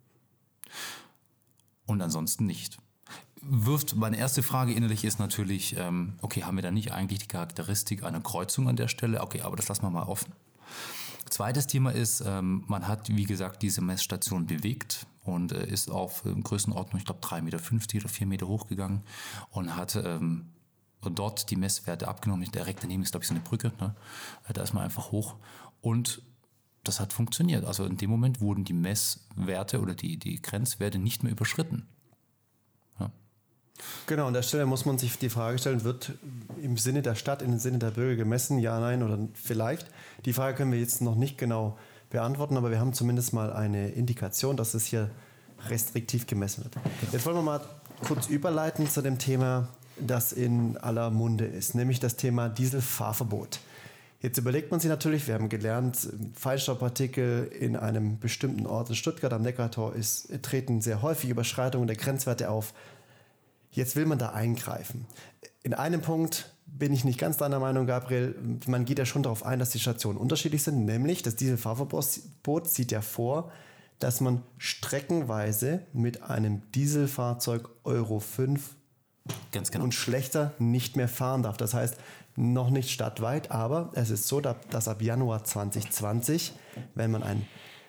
Und ansonsten nicht. Meine erste Frage innerlich ist natürlich, okay, haben wir da nicht eigentlich die Charakteristik einer Kreuzung an der Stelle? Okay, aber das lassen wir mal offen. Zweites Thema ist, man hat, wie gesagt, diese Messstation bewegt und ist auf Größenordnung, ich glaube 3,50 Meter oder 4 Meter hochgegangen und hat dort die Messwerte abgenommen. Direkt daneben ist, glaube ich, so eine Brücke, ne? Da ist man einfach hoch, und das hat funktioniert. Also in dem Moment wurden die Messwerte oder die Grenzwerte nicht mehr überschritten. Ja. Genau, an der Stelle muss man sich die Frage stellen, wird im Sinne der Stadt, im Sinne der Bürger gemessen? Ja, nein oder vielleicht? Die Frage können wir jetzt noch nicht genau beantworten, aber wir haben zumindest mal eine Indikation, dass es hier restriktiv gemessen wird. Jetzt wollen wir mal kurz überleiten zu dem Thema, das in aller Munde ist, nämlich das Thema Dieselfahrverbot. Jetzt überlegt man sich natürlich, wir haben gelernt, Feinstaubpartikel in einem bestimmten Ort in Stuttgart am Neckartor treten sehr häufig Überschreitungen der Grenzwerte auf. Jetzt will man da eingreifen. In einem Punkt bin ich nicht ganz deiner Meinung, Gabriel. Man geht ja schon darauf ein, dass die Stationen unterschiedlich sind, nämlich das Dieselfahrverbot sieht ja vor, dass man streckenweise mit einem Dieselfahrzeug Euro 5 Ganz genau. und schlechter nicht mehr fahren darf. Das heißt, noch nicht stadtweit, aber es ist so, dass ab Januar 2020, wenn man ein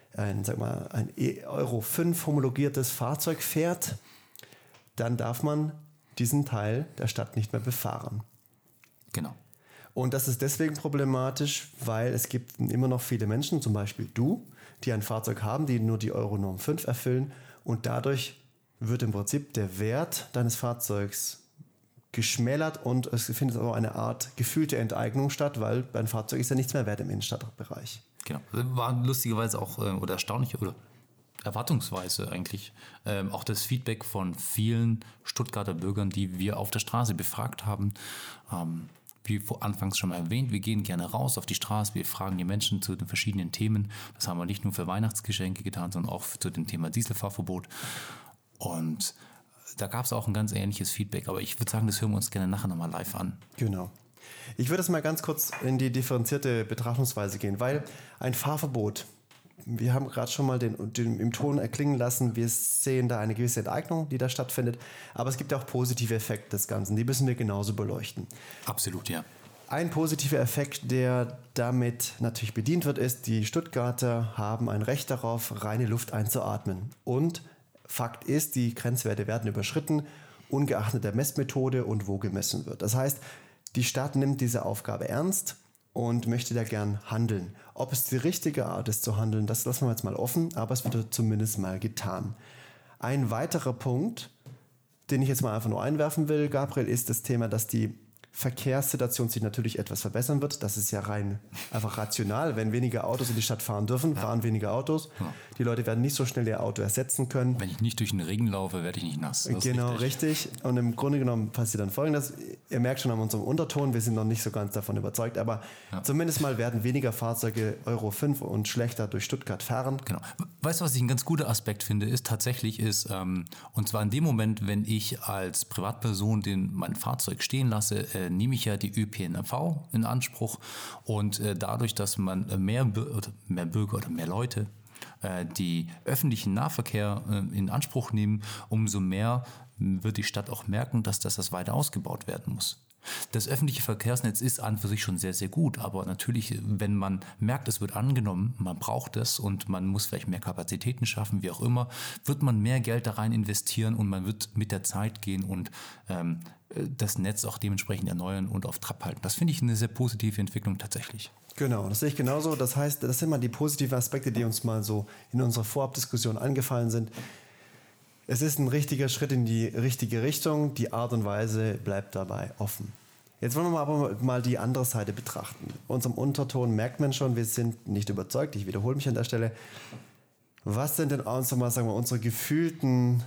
Euro 5 homologiertes Fahrzeug fährt, dann darf man diesen Teil der Stadt nicht mehr befahren. Genau. Und das ist deswegen problematisch, weil es gibt immer noch viele Menschen, zum Beispiel du, die ein Fahrzeug haben, die nur die Euro-Norm 5 erfüllen. Und dadurch wird im Prinzip der Wert deines Fahrzeugs geschmälert und es findet auch eine Art gefühlte Enteignung statt, weil dein Fahrzeug ist ja nichts mehr wert im Innenstadtbereich. Genau. War lustigerweise auch oder erstaunlich oder erwartungsweise eigentlich auch das Feedback von vielen Stuttgarter Bürgern, die wir auf der Straße befragt haben. Wie anfangs schon mal erwähnt, wir gehen gerne raus auf die Straße, wir fragen die Menschen zu den verschiedenen Themen. Das haben wir nicht nur für Weihnachtsgeschenke getan, sondern auch zu dem Thema Dieselfahrverbot. Und da gab es auch ein ganz ähnliches Feedback. Aber ich würde sagen, das hören wir uns gerne nachher nochmal live an. Genau. Ich würde es mal ganz kurz in die differenzierte Betrachtungsweise gehen, weil ein Fahrverbot, wir haben gerade schon mal den im Ton erklingen lassen, wir sehen da eine gewisse Enteignung, die da stattfindet. Aber es gibt auch positive Effekte des Ganzen, die müssen wir genauso beleuchten. Absolut, ja. Ein positiver Effekt, der damit natürlich bedient wird, ist, die Stuttgarter haben ein Recht darauf, reine Luft einzuatmen. Und Fakt ist, die Grenzwerte werden überschritten, ungeachtet der Messmethode und wo gemessen wird. Das heißt, die Stadt nimmt diese Aufgabe ernst und möchte da gern handeln. Ob es die richtige Art ist zu handeln, das lassen wir jetzt mal offen, aber es wird zumindest mal getan. Ein weiterer Punkt, den ich jetzt mal einfach nur einwerfen will, Gabriel, ist das Thema, dass die Verkehrssituation sich natürlich etwas verbessern wird. Das ist ja rein einfach rational. Wenn weniger Autos in die Stadt fahren dürfen, fahren weniger Autos. Ja. Die Leute werden nicht so schnell ihr Auto ersetzen können. Wenn ich nicht durch den Regen laufe, werde ich nicht nass. Genau, richtig. Und im Grunde genommen passiert dann Folgendes. Ihr merkt schon an unserem Unterton, wir sind noch nicht so ganz davon überzeugt, aber zumindest mal werden weniger Fahrzeuge Euro 5 und schlechter durch Stuttgart fahren. Genau. Weißt du, was ich ein ganz guter Aspekt finde, ist tatsächlich, und zwar in dem Moment, wenn ich als Privatperson mein Fahrzeug stehen lasse, nehme ich ja die ÖPNV in Anspruch und dadurch, dass man mehr Bürger oder mehr Leute die öffentlichen Nahverkehr in Anspruch nehmen, umso mehr wird die Stadt auch merken, dass das weiter ausgebaut werden muss. Das öffentliche Verkehrsnetz ist an für sich schon sehr, sehr gut, aber natürlich, wenn man merkt, es wird angenommen, man braucht es und man muss vielleicht mehr Kapazitäten schaffen, wie auch immer, wird man mehr Geld da rein investieren und man wird mit der Zeit gehen und das Netz auch dementsprechend erneuern und auf Trab halten. Das finde ich eine sehr positive Entwicklung tatsächlich. Genau, das sehe ich genauso. Das heißt, das sind mal die positiven Aspekte, die uns mal so in unserer Vorabdiskussion angefallen sind. Es ist ein richtiger Schritt in die richtige Richtung. Die Art und Weise bleibt dabei offen. Jetzt wollen wir aber mal die andere Seite betrachten. Unserem Unterton merkt man schon, wir sind nicht überzeugt. Ich wiederhole mich an der Stelle. Was sind denn unsere gefühlten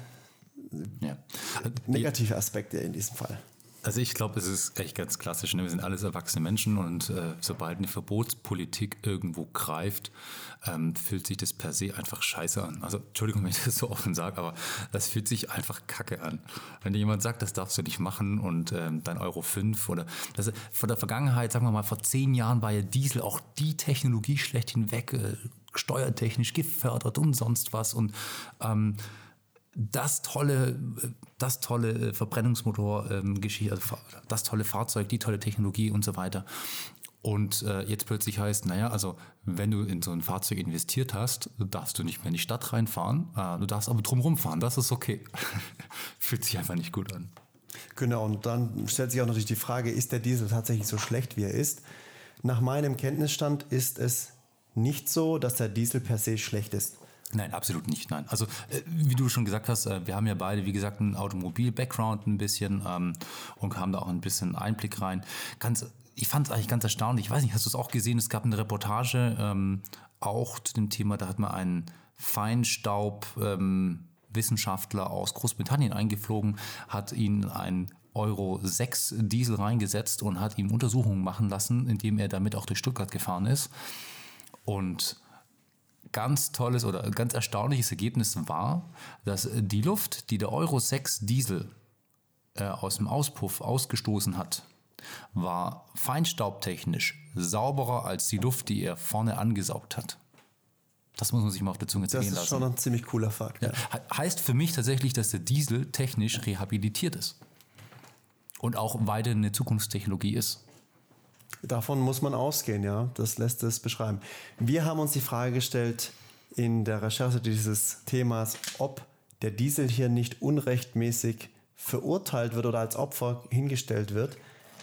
negative Aspekte in diesem Fall? Also ich glaube, es ist echt ganz klassisch. Ne? Wir sind alles erwachsene Menschen und sobald eine Verbotspolitik irgendwo greift, fühlt sich das per se einfach scheiße an. Also Entschuldigung, wenn ich das so offen sage, aber das fühlt sich einfach kacke an. Wenn dir jemand sagt, das darfst du nicht machen und dein Euro 5 oder das, von der Vergangenheit, sagen wir mal vor 10 Jahren war ja Diesel auch die Technologie schlechthin weg, steuertechnisch gefördert und sonst was und das tolle Verbrennungsmotor-Geschichte, also das tolle Fahrzeug, die tolle Technologie und so weiter. Und jetzt plötzlich heißt, also wenn du in so ein Fahrzeug investiert hast, darfst du nicht mehr in die Stadt reinfahren, du darfst aber drumherum fahren, das ist okay. Fühlt sich einfach nicht gut an. Genau, und dann stellt sich auch natürlich die Frage, ist der Diesel tatsächlich so schlecht, wie er ist? Nach meinem Kenntnisstand ist es nicht so, dass der Diesel per se schlecht ist. Nein, absolut nicht, nein. Also wie du schon gesagt hast, wir haben ja beide, wie gesagt, einen Automobil-Background ein bisschen und haben da auch ein bisschen Einblick rein. Ich fand es eigentlich ganz erstaunlich, ich weiß nicht, hast du es auch gesehen, es gab eine Reportage auch zu dem Thema, da hat man einen Feinstaub-Wissenschaftler aus Großbritannien eingeflogen, hat ihn ein Euro 6 Diesel reingesetzt und hat ihm Untersuchungen machen lassen, indem er damit auch durch Stuttgart gefahren ist. Und ganz tolles oder ganz erstaunliches Ergebnis war, dass die Luft, die der Euro 6 Diesel aus dem Auspuff ausgestoßen hat, war feinstaubtechnisch sauberer als die Luft, die er vorne angesaugt hat. Das muss man sich mal auf der Zunge zergehen lassen. Das ist schon ein ziemlich cooler Fakt. Ja. Heißt für mich tatsächlich, dass der Diesel technisch rehabilitiert ist und auch weiter eine Zukunftstechnologie ist. Davon muss man ausgehen, ja. Das lässt es beschreiben. Wir haben uns die Frage gestellt in der Recherche dieses Themas, ob der Diesel hier nicht unrechtmäßig verurteilt wird oder als Opfer hingestellt wird.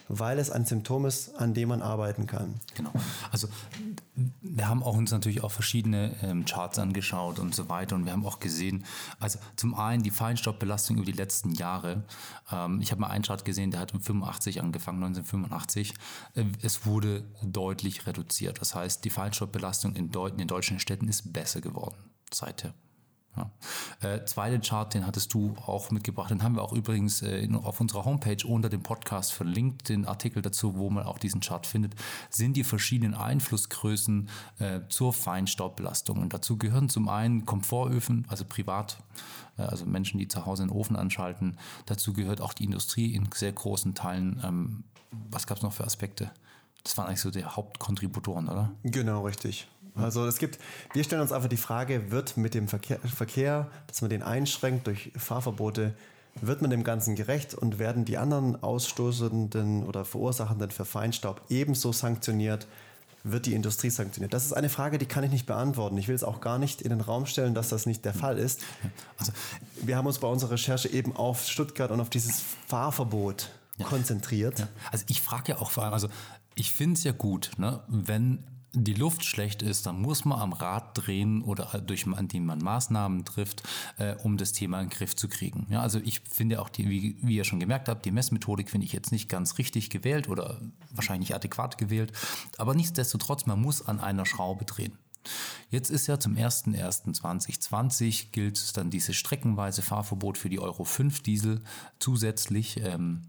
weil es ein Symptom ist, an dem man arbeiten kann. Genau. Also wir haben auch uns natürlich auch verschiedene Charts angeschaut und so weiter und wir haben auch gesehen, also zum einen die Feinstaubbelastung über die letzten Jahre. Ich habe mal einen Chart gesehen, der hat um 85 angefangen, 1985. Es wurde deutlich reduziert. Das heißt, die Feinstaubbelastung in den deutschen Städten ist besser geworden seither. Ja. Zweiter Chart, den hattest du auch mitgebracht, den haben wir auch übrigens auf unserer Homepage unter dem Podcast verlinkt, den Artikel dazu, wo man auch diesen Chart findet, sind die verschiedenen Einflussgrößen zur Feinstaubbelastung. Und dazu gehören zum einen Komfortöfen, also privat, also Menschen, die zu Hause einen Ofen anschalten. Dazu gehört auch die Industrie in sehr großen Teilen. Was gab es noch für Aspekte? Das waren eigentlich so die Hauptkontributoren, oder? Genau, richtig. Also wir stellen uns einfach die Frage, wird mit dem Verkehr, dass man den einschränkt durch Fahrverbote, wird man dem Ganzen gerecht und werden die anderen ausstoßenden oder verursachenden für Feinstaub ebenso sanktioniert, wird die Industrie sanktioniert? Das ist eine Frage, die kann ich nicht beantworten. Ich will es auch gar nicht in den Raum stellen, dass das nicht der Fall ist. Also, wir haben uns bei unserer Recherche eben auf Stuttgart und auf dieses Fahrverbot konzentriert. Ja. Also ich frage ja auch vor allem, also ich finde es ja gut, ne, wenn die Luft schlecht ist, dann muss man am Rad drehen oder indem man Maßnahmen trifft, um das Thema in den Griff zu kriegen. Ja, also ich finde auch, wie ihr schon gemerkt habt, die Messmethodik finde ich jetzt nicht ganz richtig gewählt oder wahrscheinlich nicht adäquat gewählt. Aber nichtsdestotrotz, man muss an einer Schraube drehen. Jetzt ist ja zum 01.01.2020 gilt dann dieses streckenweise Fahrverbot für die Euro 5 Diesel zusätzlich.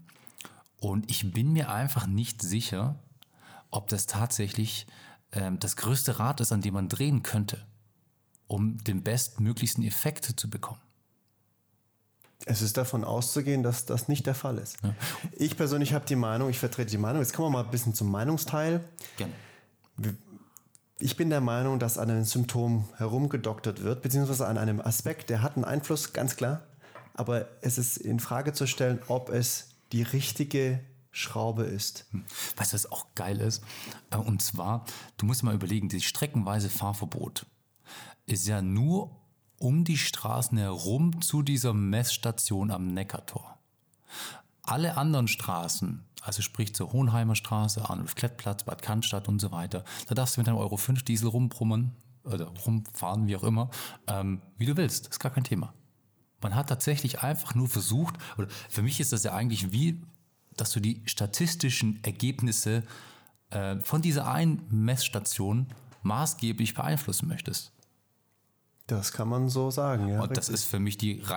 Und ich bin mir einfach nicht sicher, ob das tatsächlich das größte Rad ist, an dem man drehen könnte, um den bestmöglichsten Effekt zu bekommen. Es ist davon auszugehen, dass das nicht der Fall ist. Ja. Ich persönlich habe die Meinung, ich vertrete die Meinung, jetzt kommen wir mal ein bisschen zum Meinungsteil. Gerne. Ich bin der Meinung, dass an einem Symptom herumgedoktert wird, beziehungsweise an einem Aspekt, der hat einen Einfluss, ganz klar, aber es ist in Frage zu stellen, ob es die richtige Schraube ist. Weißt du, was auch geil ist? Und zwar, du musst mal überlegen, das streckenweise Fahrverbot ist ja nur um die Straßen herum zu dieser Messstation am Neckartor. Alle anderen Straßen, also sprich zur Hohenheimer Straße, Arnulf-Klettplatz, Bad Cannstatt und so weiter, da darfst du mit einem Euro 5 Diesel rumbrummen oder rumfahren, wie auch immer, wie du willst. Das ist gar kein Thema. Man hat tatsächlich einfach nur versucht, oder für mich ist das ja eigentlich wie, dass du die statistischen Ergebnisse von dieser einen Messstation maßgeblich beeinflussen möchtest. Das kann man so sagen, ja. Und das ist für mich die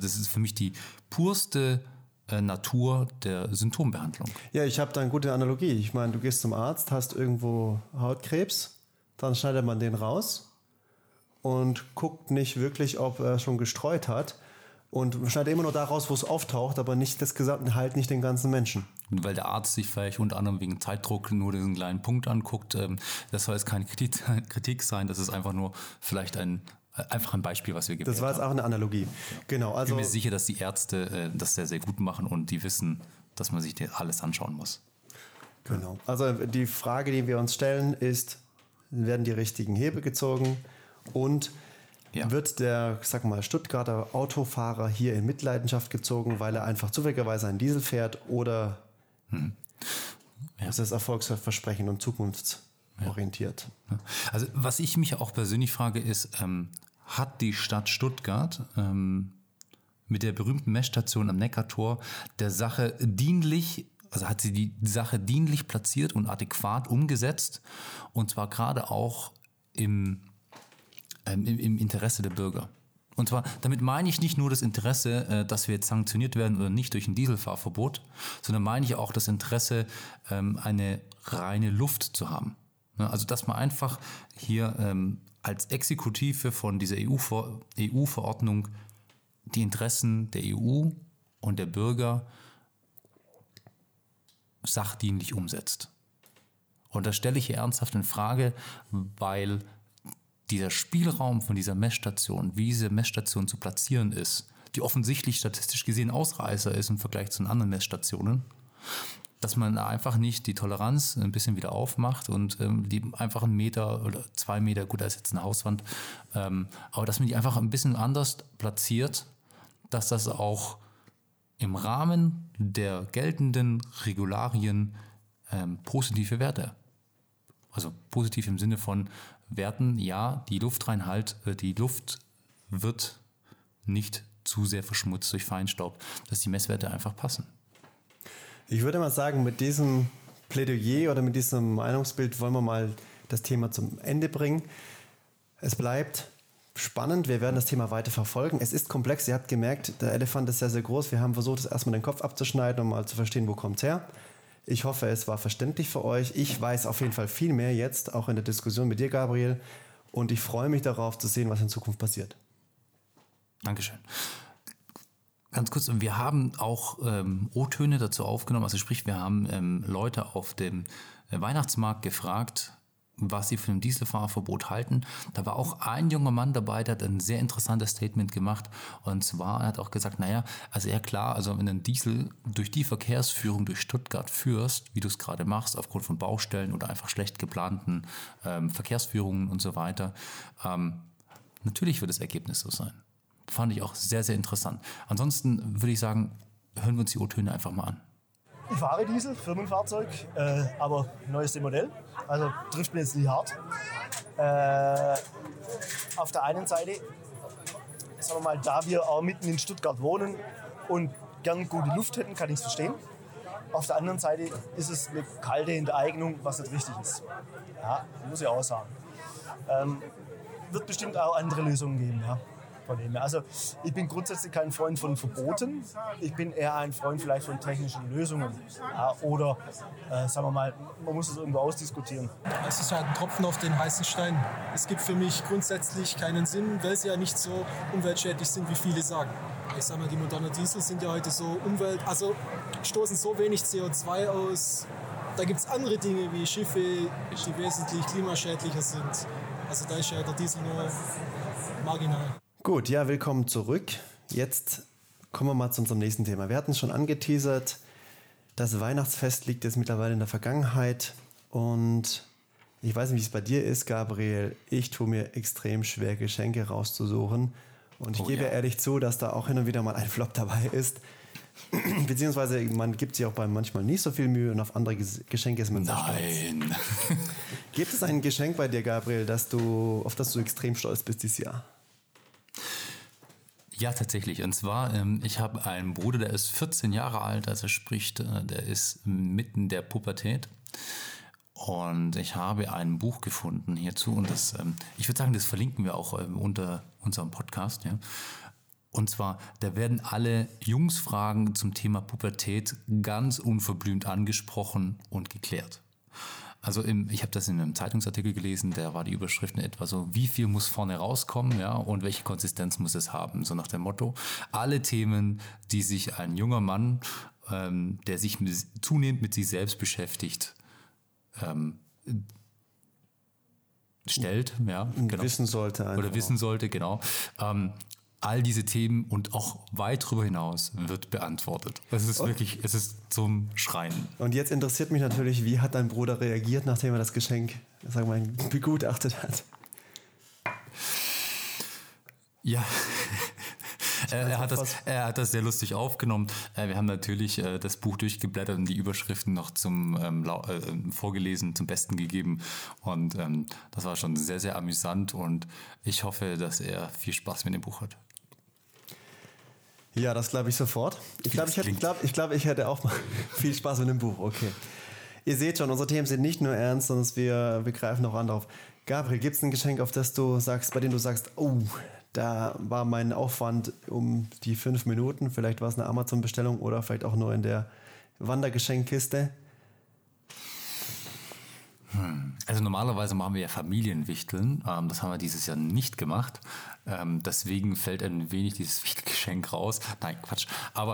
purste Natur der Symptombehandlung. Ja, ich habe da eine gute Analogie. Ich meine, du gehst zum Arzt, hast irgendwo Hautkrebs, dann schneidet man den raus und guckt nicht wirklich, ob er schon gestreut hat. Und schneidet immer nur da raus, wo es auftaucht, aber nicht das gesamte, halt nicht den ganzen Menschen. Weil der Arzt sich vielleicht unter anderem wegen Zeitdruck nur diesen kleinen Punkt anguckt. Das soll jetzt keine Kritik sein, das ist einfach nur vielleicht einfach ein Beispiel, was wir gewählt haben. Das war jetzt auch eine Analogie. Genau, also ich bin mir sicher, dass die Ärzte das sehr, sehr gut machen und die wissen, dass man sich das alles anschauen muss. Genau. Also die Frage, die wir uns stellen, ist, werden die richtigen Hebel gezogen und wird der, sag mal, Stuttgarter Autofahrer hier in Mitleidenschaft gezogen, weil er einfach zufälligerweise einen Diesel fährt oder ist das Erfolgsversprechen und zukunftsorientiert? Ja. Also was ich mich auch persönlich frage ist, hat die Stadt Stuttgart mit der berühmten Messstation am Neckartor der Sache dienlich, also hat sie die Sache dienlich platziert und adäquat umgesetzt und zwar gerade auch im Interesse der Bürger. Und zwar, damit meine ich nicht nur das Interesse, dass wir jetzt sanktioniert werden oder nicht durch ein Dieselfahrverbot, sondern meine ich auch das Interesse, eine reine Luft zu haben. Also, dass man einfach hier als Exekutive von dieser EU-Verordnung die Interessen der EU und der Bürger sachdienlich umsetzt. Und das stelle ich hier ernsthaft in Frage, weil dieser Spielraum von dieser Messstation, wie diese Messstation zu platzieren ist, die offensichtlich statistisch gesehen Ausreißer ist im Vergleich zu den anderen Messstationen, dass man einfach nicht die Toleranz ein bisschen wieder aufmacht und die einfach 1 Meter oder 2 Meter, gut, da ist jetzt eine Hauswand, aber dass man die einfach ein bisschen anders platziert, dass das auch im Rahmen der geltenden Regularien positive Werte. Also positiv im Sinne von Werten, ja, die Luft wird nicht zu sehr verschmutzt durch Feinstaub, dass die Messwerte einfach passen. Ich würde mal sagen, mit diesem Plädoyer oder mit diesem Meinungsbild wollen wir mal das Thema zum Ende bringen. Es bleibt spannend, wir werden das Thema weiter verfolgen. Es ist komplex, ihr habt gemerkt, der Elefant ist sehr, sehr groß. Wir haben versucht, es erstmal den Kopf abzuschneiden, um mal zu verstehen, wo kommt es her. Ich hoffe, es war verständlich für euch. Ich weiß auf jeden Fall viel mehr jetzt, auch in der Diskussion mit dir, Gabriel. Und ich freue mich darauf zu sehen, was in Zukunft passiert. Dankeschön. Ganz kurz, wir haben auch O-Töne dazu aufgenommen. Also sprich, wir haben Leute auf dem Weihnachtsmarkt gefragt, was sie von dem Dieselfahrverbot halten. Da war auch ein junger Mann dabei, der hat ein sehr interessantes Statement gemacht. Und zwar, er hat auch gesagt, naja, also ja klar, also wenn du einen Diesel durch die Verkehrsführung durch Stuttgart führst, wie du es gerade machst, aufgrund von Baustellen oder einfach schlecht geplanten Verkehrsführungen und so weiter, natürlich wird das Ergebnis so sein. Fand ich auch sehr, sehr interessant. Ansonsten würde ich sagen, hören wir uns die O-Töne einfach mal an. Ich fahre Diesel, Firmenfahrzeug, aber neueste Modell, also trifft mir jetzt nicht hart. Auf der einen Seite, sagen wir mal, da wir auch mitten in Stuttgart wohnen und gern gute Luft hätten, kann ich es verstehen. Auf der anderen Seite ist es eine kalte Enteignung, was nicht richtig ist. Ja, muss ich auch sagen. Wird bestimmt auch andere Lösungen geben, ja. Also ich bin grundsätzlich kein Freund von Verboten. Ich bin eher ein Freund vielleicht von technischen Lösungen. Ja, oder sagen wir mal, man muss es irgendwo ausdiskutieren. Es ist halt ein Tropfen auf den heißen Stein. Es gibt für mich grundsätzlich keinen Sinn, weil sie ja nicht so umweltschädlich sind, wie viele sagen. Ich sag mal, die modernen Diesel sind ja heute so stoßen so wenig CO2 aus. Da gibt es andere Dinge wie Schiffe, die wesentlich klimaschädlicher sind. Also da ist ja der Diesel nur marginal. Gut, ja, willkommen zurück. Jetzt kommen wir mal zu unserem nächsten Thema. Wir hatten es schon angeteasert, das Weihnachtsfest liegt jetzt mittlerweile in der Vergangenheit und ich weiß nicht, wie es bei dir ist, Gabriel. Ich tue mir extrem schwer, Geschenke rauszusuchen und ich gebe ehrlich zu, dass da auch hin und wieder mal ein Flop dabei ist. Beziehungsweise man gibt sich auch bei manchmal nicht so viel Mühe und auf andere Geschenke ist man sehr stolz. Nein. Gibt es ein Geschenk bei dir, Gabriel, auf das du extrem stolz bist dieses Jahr? Ja, tatsächlich. Und zwar, ich habe einen Bruder, der ist 14 Jahre alt, also sprich, der ist mitten der Pubertät. Und ich habe ein Buch gefunden hierzu und das, ich würde sagen, das verlinken wir auch unter unserem Podcast. Ja. Und zwar, da werden alle Jungsfragen zum Thema Pubertät ganz unverblümt angesprochen und geklärt. Also ich habe das in einem Zeitungsartikel gelesen, da war die Überschrift in etwa so, wie viel muss vorne rauskommen, ja, und welche Konsistenz muss es haben, so nach dem Motto, alle Themen, die sich ein junger Mann, der sich zunehmend mit sich selbst beschäftigt, stellt, ja, genau. Wissen sollte einfach. Oder wissen sollte, genau. All diese Themen und auch weit darüber hinaus wird beantwortet. Es ist wirklich, es ist zum Schreien. Und jetzt interessiert mich natürlich, wie hat dein Bruder reagiert, nachdem er das Geschenk, sagen wir mal, begutachtet hat? Ja, er hat das sehr lustig aufgenommen. Wir haben natürlich das Buch durchgeblättert und die Überschriften noch vorgelesen, zum Besten gegeben. Und das war schon sehr, sehr amüsant und ich hoffe, dass er viel Spaß mit dem Buch hat. Ja, das glaube ich sofort. Ich glaube, ich hätte auch mal viel Spaß mit dem Buch. Okay. Ihr seht schon, unsere Themen sind nicht nur ernst, sondern wir greifen auch an drauf. Gabriel, gibt es ein Geschenk, bei dem du sagst, oh, da war mein Aufwand um die 5 Minuten, vielleicht war es eine Amazon-Bestellung oder vielleicht auch nur in der Wandergeschenkkiste? Also normalerweise machen wir ja Familienwichteln. Das haben wir dieses Jahr nicht gemacht. Deswegen fällt ein wenig dieses Wichtelgeschenk raus. Nein, Quatsch. Aber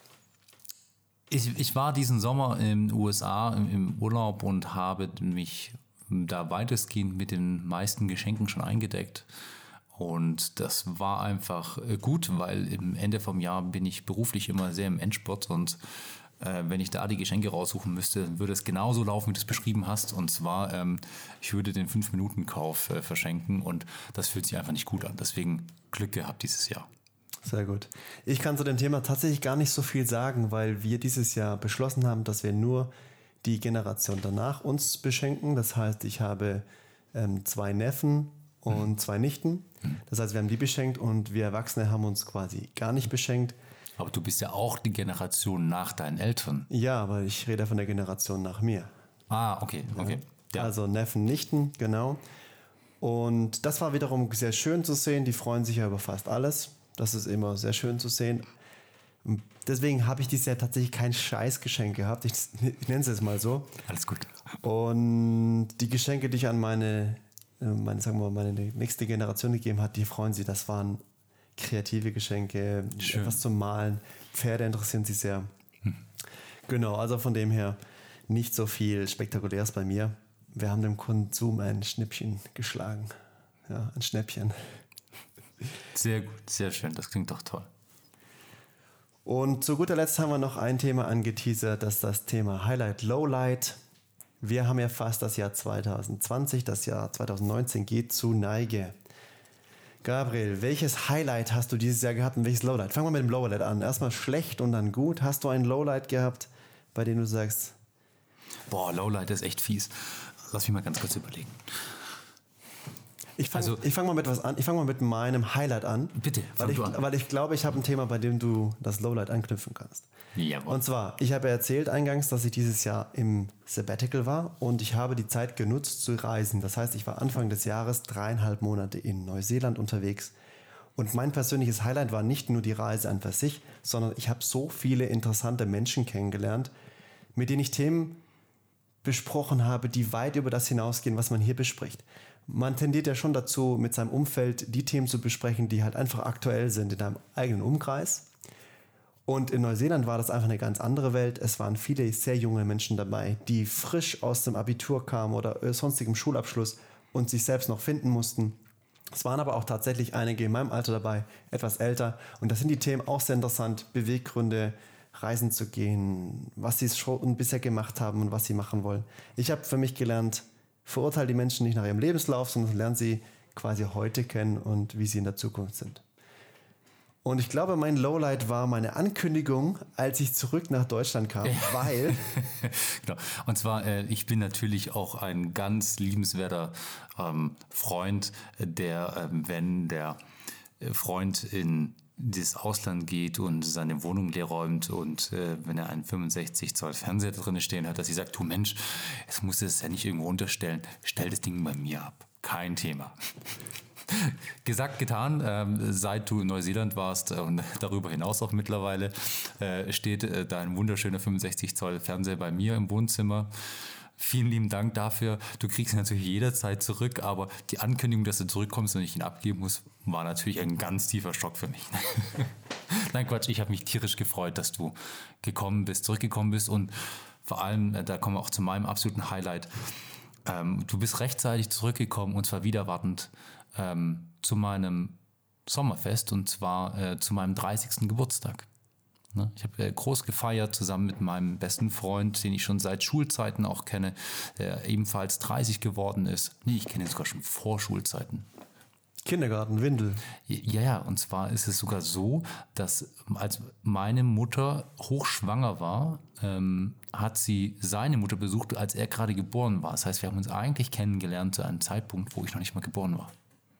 ich war diesen Sommer in den USA im Urlaub und habe mich da weitestgehend mit den meisten Geschenken schon eingedeckt. Und das war einfach gut, weil im Ende vom Jahr bin ich beruflich immer sehr im Endspurt und wenn ich da die Geschenke raussuchen müsste, würde es genauso laufen, wie du es beschrieben hast. Und zwar, ich würde den 5-Minuten-Kauf verschenken und das fühlt sich einfach nicht gut an. Deswegen Glück gehabt dieses Jahr. Sehr gut. Ich kann zu dem Thema tatsächlich gar nicht so viel sagen, weil wir dieses Jahr beschlossen haben, dass wir nur die Generation danach uns beschenken. Das heißt, ich habe 2 Neffen und 2 Nichten. Das heißt, wir haben die beschenkt und wir Erwachsene haben uns quasi gar nicht beschenkt. Aber du bist ja auch die Generation nach deinen Eltern. Ja, aber ich rede von der Generation nach mir. Ah, okay. Ja. Also Neffen, Nichten, genau. Und das war wiederum sehr schön zu sehen. Die freuen sich ja über fast alles. Das ist immer sehr schön zu sehen. Deswegen habe ich dieses Jahr tatsächlich kein Scheißgeschenk gehabt. Ich nenne es jetzt mal so. Alles gut. Und die Geschenke, die ich an meine nächste Generation gegeben habe, die freuen sich. Das waren kreative Geschenke, Schön. etwas zum Malen. Pferde interessieren sie sehr. Genau, also von dem her nicht so viel Spektakuläres bei mir. Wir haben dem Konsum ein Schnippchen geschlagen. Ja, ein Schnäppchen. Sehr gut, sehr schön. Das klingt doch toll. Und zu guter Letzt haben wir noch ein Thema angeteasert, das ist das Thema Highlight, Lowlight. Wir haben ja fast das Jahr 2020, das Jahr 2019 geht zu Neige. Gabriel, welches Highlight hast du dieses Jahr gehabt und welches Lowlight? Fangen wir mit dem Lowlight an. Erstmal schlecht und dann gut. Hast du ein Lowlight gehabt, bei dem du sagst... Boah, Lowlight ist echt fies. Lass mich mal ganz kurz überlegen. Ich fang mal mit was an. Ich fange mal mit meinem Highlight an. Bitte, weil ich glaube, ich habe ein Thema, bei dem du das Lowlight anknüpfen kannst. Jawohl. Und zwar, ich habe erzählt eingangs, dass ich dieses Jahr im Sabbatical war und ich habe die Zeit genutzt zu reisen. Das heißt, ich war Anfang des Jahres 3,5 Monate in Neuseeland unterwegs. Und mein persönliches Highlight war nicht nur die Reise an für sich, sondern ich habe so viele interessante Menschen kennengelernt, mit denen ich Themen besprochen habe, die weit über das hinausgehen, was man hier bespricht. Man tendiert ja schon dazu, mit seinem Umfeld die Themen zu besprechen, die halt einfach aktuell sind in einem eigenen Umkreis. Und in Neuseeland war das einfach eine ganz andere Welt. Es waren viele sehr junge Menschen dabei, die frisch aus dem Abitur kamen oder sonstigem Schulabschluss und sich selbst noch finden mussten. Es waren aber auch tatsächlich einige in meinem Alter dabei, etwas älter. Und da sind die Themen auch sehr interessant. Beweggründe, reisen zu gehen, was sie schon bisher gemacht haben und was sie machen wollen. Ich habe für mich gelernt, verurteile die Menschen nicht nach ihrem Lebenslauf, sondern lerne sie quasi heute kennen und wie sie in der Zukunft sind. Und ich glaube, mein Lowlight war meine Ankündigung, als ich zurück nach Deutschland kam, weil... Genau. Und zwar, ich bin natürlich auch ein ganz liebenswerter Freund, der, wenn der Freund in das Ausland geht und seine Wohnung leer räumt und wenn er einen 65 Zoll Fernseher drin stehen hat, dass ich sage, du Mensch, jetzt musst du es ja nicht irgendwo unterstellen, stell das Ding bei mir ab. Kein Thema. Gesagt, getan, seit du in Neuseeland warst und darüber hinaus auch mittlerweile, steht dein wunderschöner 65 Zoll Fernseher bei mir im Wohnzimmer. Vielen lieben Dank dafür. Du kriegst ihn natürlich jederzeit zurück, aber die Ankündigung, dass du zurückkommst und ich ihn abgeben muss, war natürlich ein ganz tiefer Schock für mich. Nein, Quatsch, ich habe mich tierisch gefreut, dass du zurückgekommen bist und vor allem, da kommen wir auch zu meinem absoluten Highlight, du bist rechtzeitig zurückgekommen und zwar wieder wartend zu meinem Sommerfest und zwar zu meinem 30. Geburtstag. Ich habe groß gefeiert zusammen mit meinem besten Freund, den ich schon seit Schulzeiten auch kenne, der ebenfalls 30 geworden ist. Nee, ich kenne ihn sogar schon vor Schulzeiten. Kindergarten, Windel. Ja, und zwar ist es sogar so, dass als meine Mutter hochschwanger war, hat sie seine Mutter besucht, als er gerade geboren war. Das heißt, wir haben uns eigentlich kennengelernt zu einem Zeitpunkt, wo ich noch nicht mal geboren war.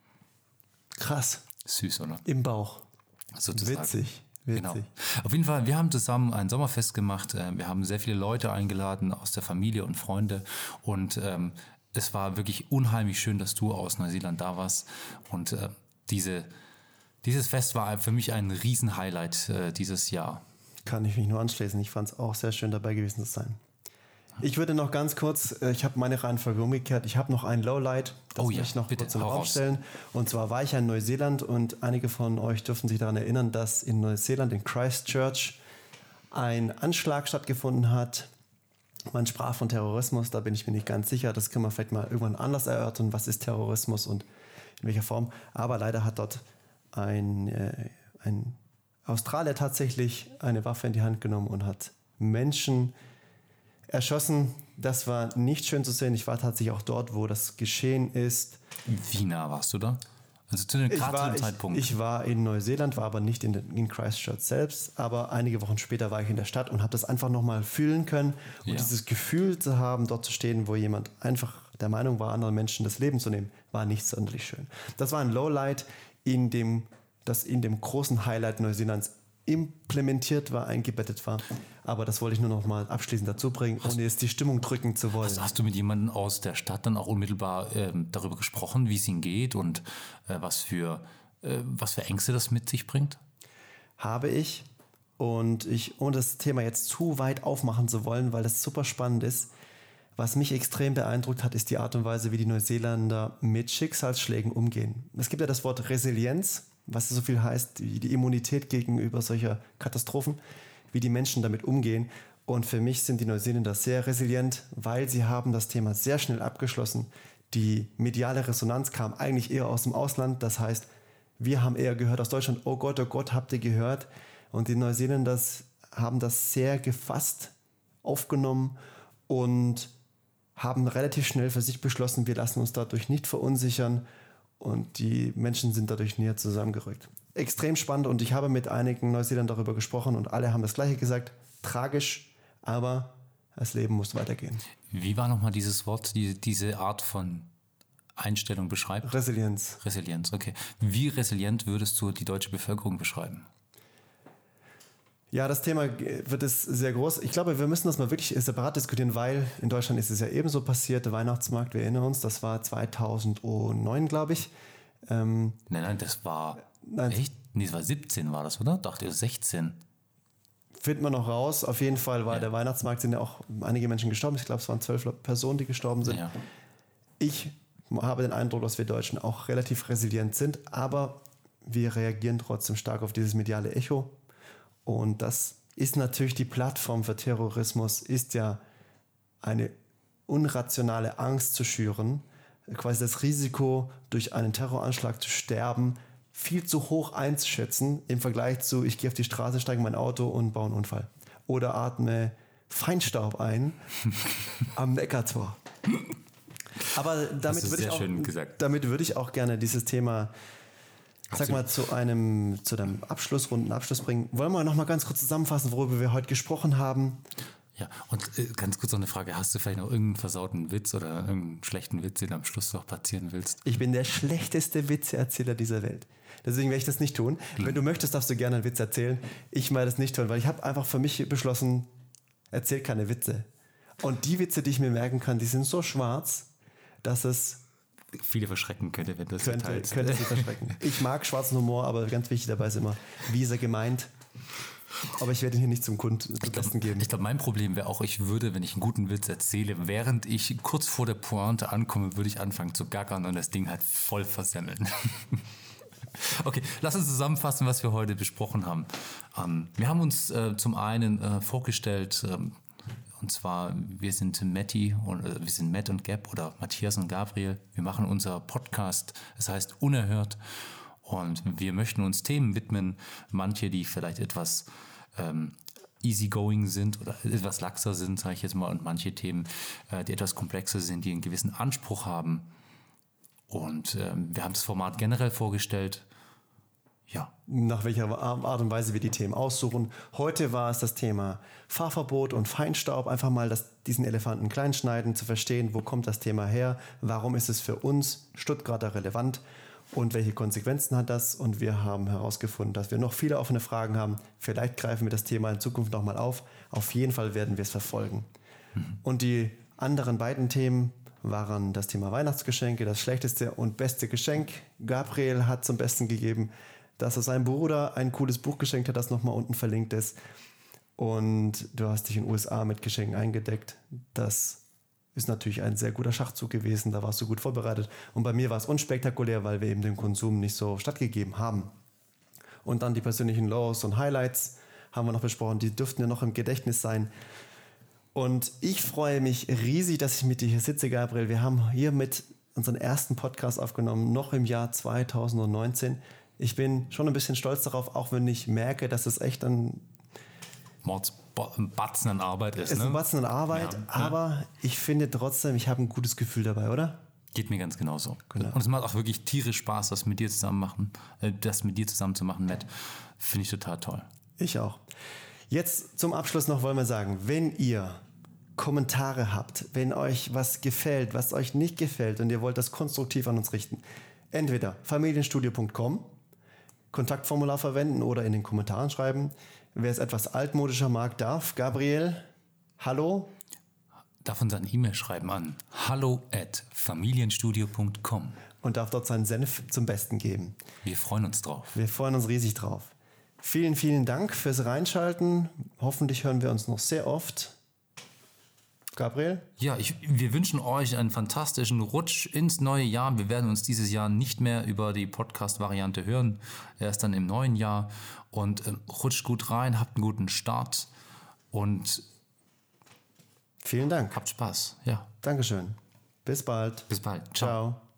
Krass. Süß, oder? Im Bauch. Sozusagen. Witzig. Genau. Auf jeden Fall, wir haben zusammen ein Sommerfest gemacht. Wir haben sehr viele Leute eingeladen aus der Familie und Freunde. Und es war wirklich unheimlich schön, dass du aus Neuseeland da warst. Und dieses Fest war für mich ein Riesen-Highlight dieses Jahr. Kann ich mich nur anschließen. Ich fand es auch sehr schön, dabei gewesen zu sein. Ich würde noch ganz kurz, ich habe meine Reihenfolge umgekehrt, ich habe noch ein Lowlight, das möchte ich noch kurz in den Raum stellen. Und zwar war ich ja in Neuseeland und einige von euch dürften sich daran erinnern, dass in Neuseeland, in Christchurch, ein Anschlag stattgefunden hat. Man sprach von Terrorismus, da bin ich mir nicht ganz sicher. Das können wir vielleicht mal irgendwann anders erörtern, was ist Terrorismus und in welcher Form. Aber leider hat dort ein Australier tatsächlich eine Waffe in die Hand genommen und hat Menschen erschossen. Das war nicht schön zu sehen. Ich war tatsächlich auch dort, wo das geschehen ist. Wie nah warst du da? Also zu dem Zeitpunkt. Ich war in Neuseeland, war aber nicht in Christchurch selbst, aber einige Wochen später war ich in der Stadt und habe das einfach nochmal fühlen können. Und dieses Gefühl zu haben, dort zu stehen, wo jemand einfach der Meinung war, anderen Menschen das Leben zu nehmen, war nicht sonderlich schön. Das war ein Lowlight, das in dem großen Highlight Neuseelands implementiert war, eingebettet war. Aber das wollte ich nur noch mal abschließend dazu bringen, ohne jetzt die Stimmung drücken zu wollen. Hast du mit jemandem aus der Stadt dann auch unmittelbar darüber gesprochen, wie es ihnen geht und was für Ängste das mit sich bringt? Habe ich. Und ohne das Thema jetzt zu weit aufmachen zu wollen, weil das super spannend ist, was mich extrem beeindruckt hat, ist die Art und Weise, wie die Neuseeländer mit Schicksalsschlägen umgehen. Es gibt ja das Wort Resilienz, was so viel heißt, wie die Immunität gegenüber solcher Katastrophen, wie die Menschen damit umgehen. Und für mich sind die Neuseeländer sehr resilient, weil sie haben das Thema sehr schnell abgeschlossen. Die mediale Resonanz kam eigentlich eher aus dem Ausland. Das heißt, wir haben eher gehört aus Deutschland, oh Gott, habt ihr gehört? Und die Neuseeländer haben das sehr gefasst aufgenommen und haben relativ schnell für sich beschlossen, wir lassen uns dadurch nicht verunsichern. Und die Menschen sind dadurch näher zusammengerückt. Extrem spannend und ich habe mit einigen Neuseeländern darüber gesprochen und alle haben das Gleiche gesagt. Tragisch, aber das Leben muss weitergehen. Wie war nochmal dieses Wort, diese Art von Einstellung beschreibt? Resilienz. Resilienz, okay. Wie resilient würdest du die deutsche Bevölkerung beschreiben? Ja, das Thema wird es sehr groß. Ich glaube, wir müssen das mal wirklich separat diskutieren, weil in Deutschland ist es ja ebenso passiert. Der Weihnachtsmarkt, wir erinnern uns, das war 2009, glaube ich. Nein, das war echt? Nee, es war 17 war das, oder? Dachte ich, 16. Findet man noch raus. Auf jeden Fall war der Weihnachtsmarkt, sind ja auch einige Menschen gestorben. Ich glaube, es waren 12 Personen, die gestorben sind. Ja. Ich habe den Eindruck, dass wir Deutschen auch relativ resilient sind, aber wir reagieren trotzdem stark auf dieses mediale Echo. Und das ist natürlich die Plattform für Terrorismus, ist ja eine unrationale Angst zu schüren, quasi das Risiko, durch einen Terroranschlag zu sterben, viel zu hoch einzuschätzen im Vergleich zu, ich gehe auf die Straße, steige in mein Auto und baue einen Unfall. Oder atme Feinstaub ein am Neckartor. Aber damit würde ich auch gerne dieses Thema, sag mal, zu deinem runden Abschluss bringen. Wollen wir noch mal ganz kurz zusammenfassen, worüber wir heute gesprochen haben? Ja, und ganz kurz noch eine Frage. Hast du vielleicht noch irgendeinen versauten Witz oder irgendeinen schlechten Witz, den du am Schluss noch platzieren willst? Ich bin der schlechteste Witzeerzähler dieser Welt. Deswegen werde ich das nicht tun. Wenn du möchtest, darfst du gerne einen Witz erzählen. Ich werde das nicht tun, weil ich habe einfach für mich beschlossen, erzähl keine Witze. Und die Witze, die ich mir merken kann, die sind so schwarz, dass es viele verschrecken könnte, wenn das könnte sie verschrecken. Ich mag schwarzen Humor, aber ganz wichtig dabei ist immer, wie ist er gemeint. Aber ich werde ihn hier nicht zum Besten geben. Ich glaube, mein Problem wäre auch, ich würde, wenn ich einen guten Witz erzähle, während ich kurz vor der Pointe ankomme, würde ich anfangen zu gackern und das Ding halt voll versemmeln. Okay, lass uns zusammenfassen, was wir heute besprochen haben. Wir haben uns zum einen vorgestellt, und zwar, wir sind Matt und Gab oder Matthias und Gabriel. Wir machen unser Podcast, das heißt Unerhört. Und wir möchten uns Themen widmen, manche, die vielleicht etwas easygoing sind oder etwas laxer sind, sage ich jetzt mal, und manche Themen, die etwas komplexer sind, die einen gewissen Anspruch haben. Und wir haben das Format generell vorgestellt. Ja. Nach welcher Art und Weise wir die Themen aussuchen. Heute war es das Thema Fahrverbot und Feinstaub. Einfach mal diesen Elefanten klein schneiden, zu verstehen, wo kommt das Thema her, warum ist es für uns Stuttgarter relevant und welche Konsequenzen hat das. Und wir haben herausgefunden, dass wir noch viele offene Fragen haben. Vielleicht greifen wir das Thema in Zukunft nochmal auf. Auf jeden Fall werden wir es verfolgen. Und die anderen beiden Themen waren das Thema Weihnachtsgeschenke, das schlechteste und beste Geschenk. Gabriel hat zum Besten gegeben, dass er seinem Bruder ein cooles Buch geschenkt hat, das nochmal unten verlinkt ist. Und du hast dich in den USA mit Geschenken eingedeckt. Das ist natürlich ein sehr guter Schachzug gewesen. Da warst du gut vorbereitet. Und bei mir war es unspektakulär, weil wir eben dem Konsum nicht so stattgegeben haben. Und dann die persönlichen Lows und Highlights haben wir noch besprochen. Die dürften ja noch im Gedächtnis sein. Und ich freue mich riesig, dass ich mit dir hier sitze, Gabriel. Wir haben hiermit unseren ersten Podcast aufgenommen, noch im Jahr 2019. Ich bin schon ein bisschen stolz darauf, auch wenn ich merke, dass es echt ein Batzen an Arbeit ist. Es ist ein Batzen an Arbeit, aber ich finde trotzdem, ich habe ein gutes Gefühl dabei, oder? Geht mir ganz genauso. Genau. Und es macht auch wirklich tierisch Spaß, das mit dir zusammen zu machen, Matt. Finde ich total toll. Ich auch. Jetzt zum Abschluss noch wollen wir sagen, wenn ihr Kommentare habt, wenn euch was gefällt, was euch nicht gefällt und ihr wollt das konstruktiv an uns richten, entweder familienstudio.com, Kontaktformular verwenden oder in den Kommentaren schreiben. Wer es etwas altmodischer mag, darf, Gabriel, hallo, Darf uns eine E-Mail schreiben an hallo@familienstudio.com. und darf dort seinen Senf zum Besten geben. Wir freuen uns drauf. Wir freuen uns riesig drauf. Vielen, vielen Dank fürs Reinschalten. Hoffentlich hören wir uns noch sehr oft. Gabriel? Ja, wir wünschen euch einen fantastischen Rutsch ins neue Jahr. Wir werden uns dieses Jahr nicht mehr über die Podcast-Variante hören. Erst dann im neuen Jahr. Und rutscht gut rein, habt einen guten Start und Vielen Dank. habt Spaß. Ja, Dankeschön. Bis bald. bis bald. Ciao. Ciao.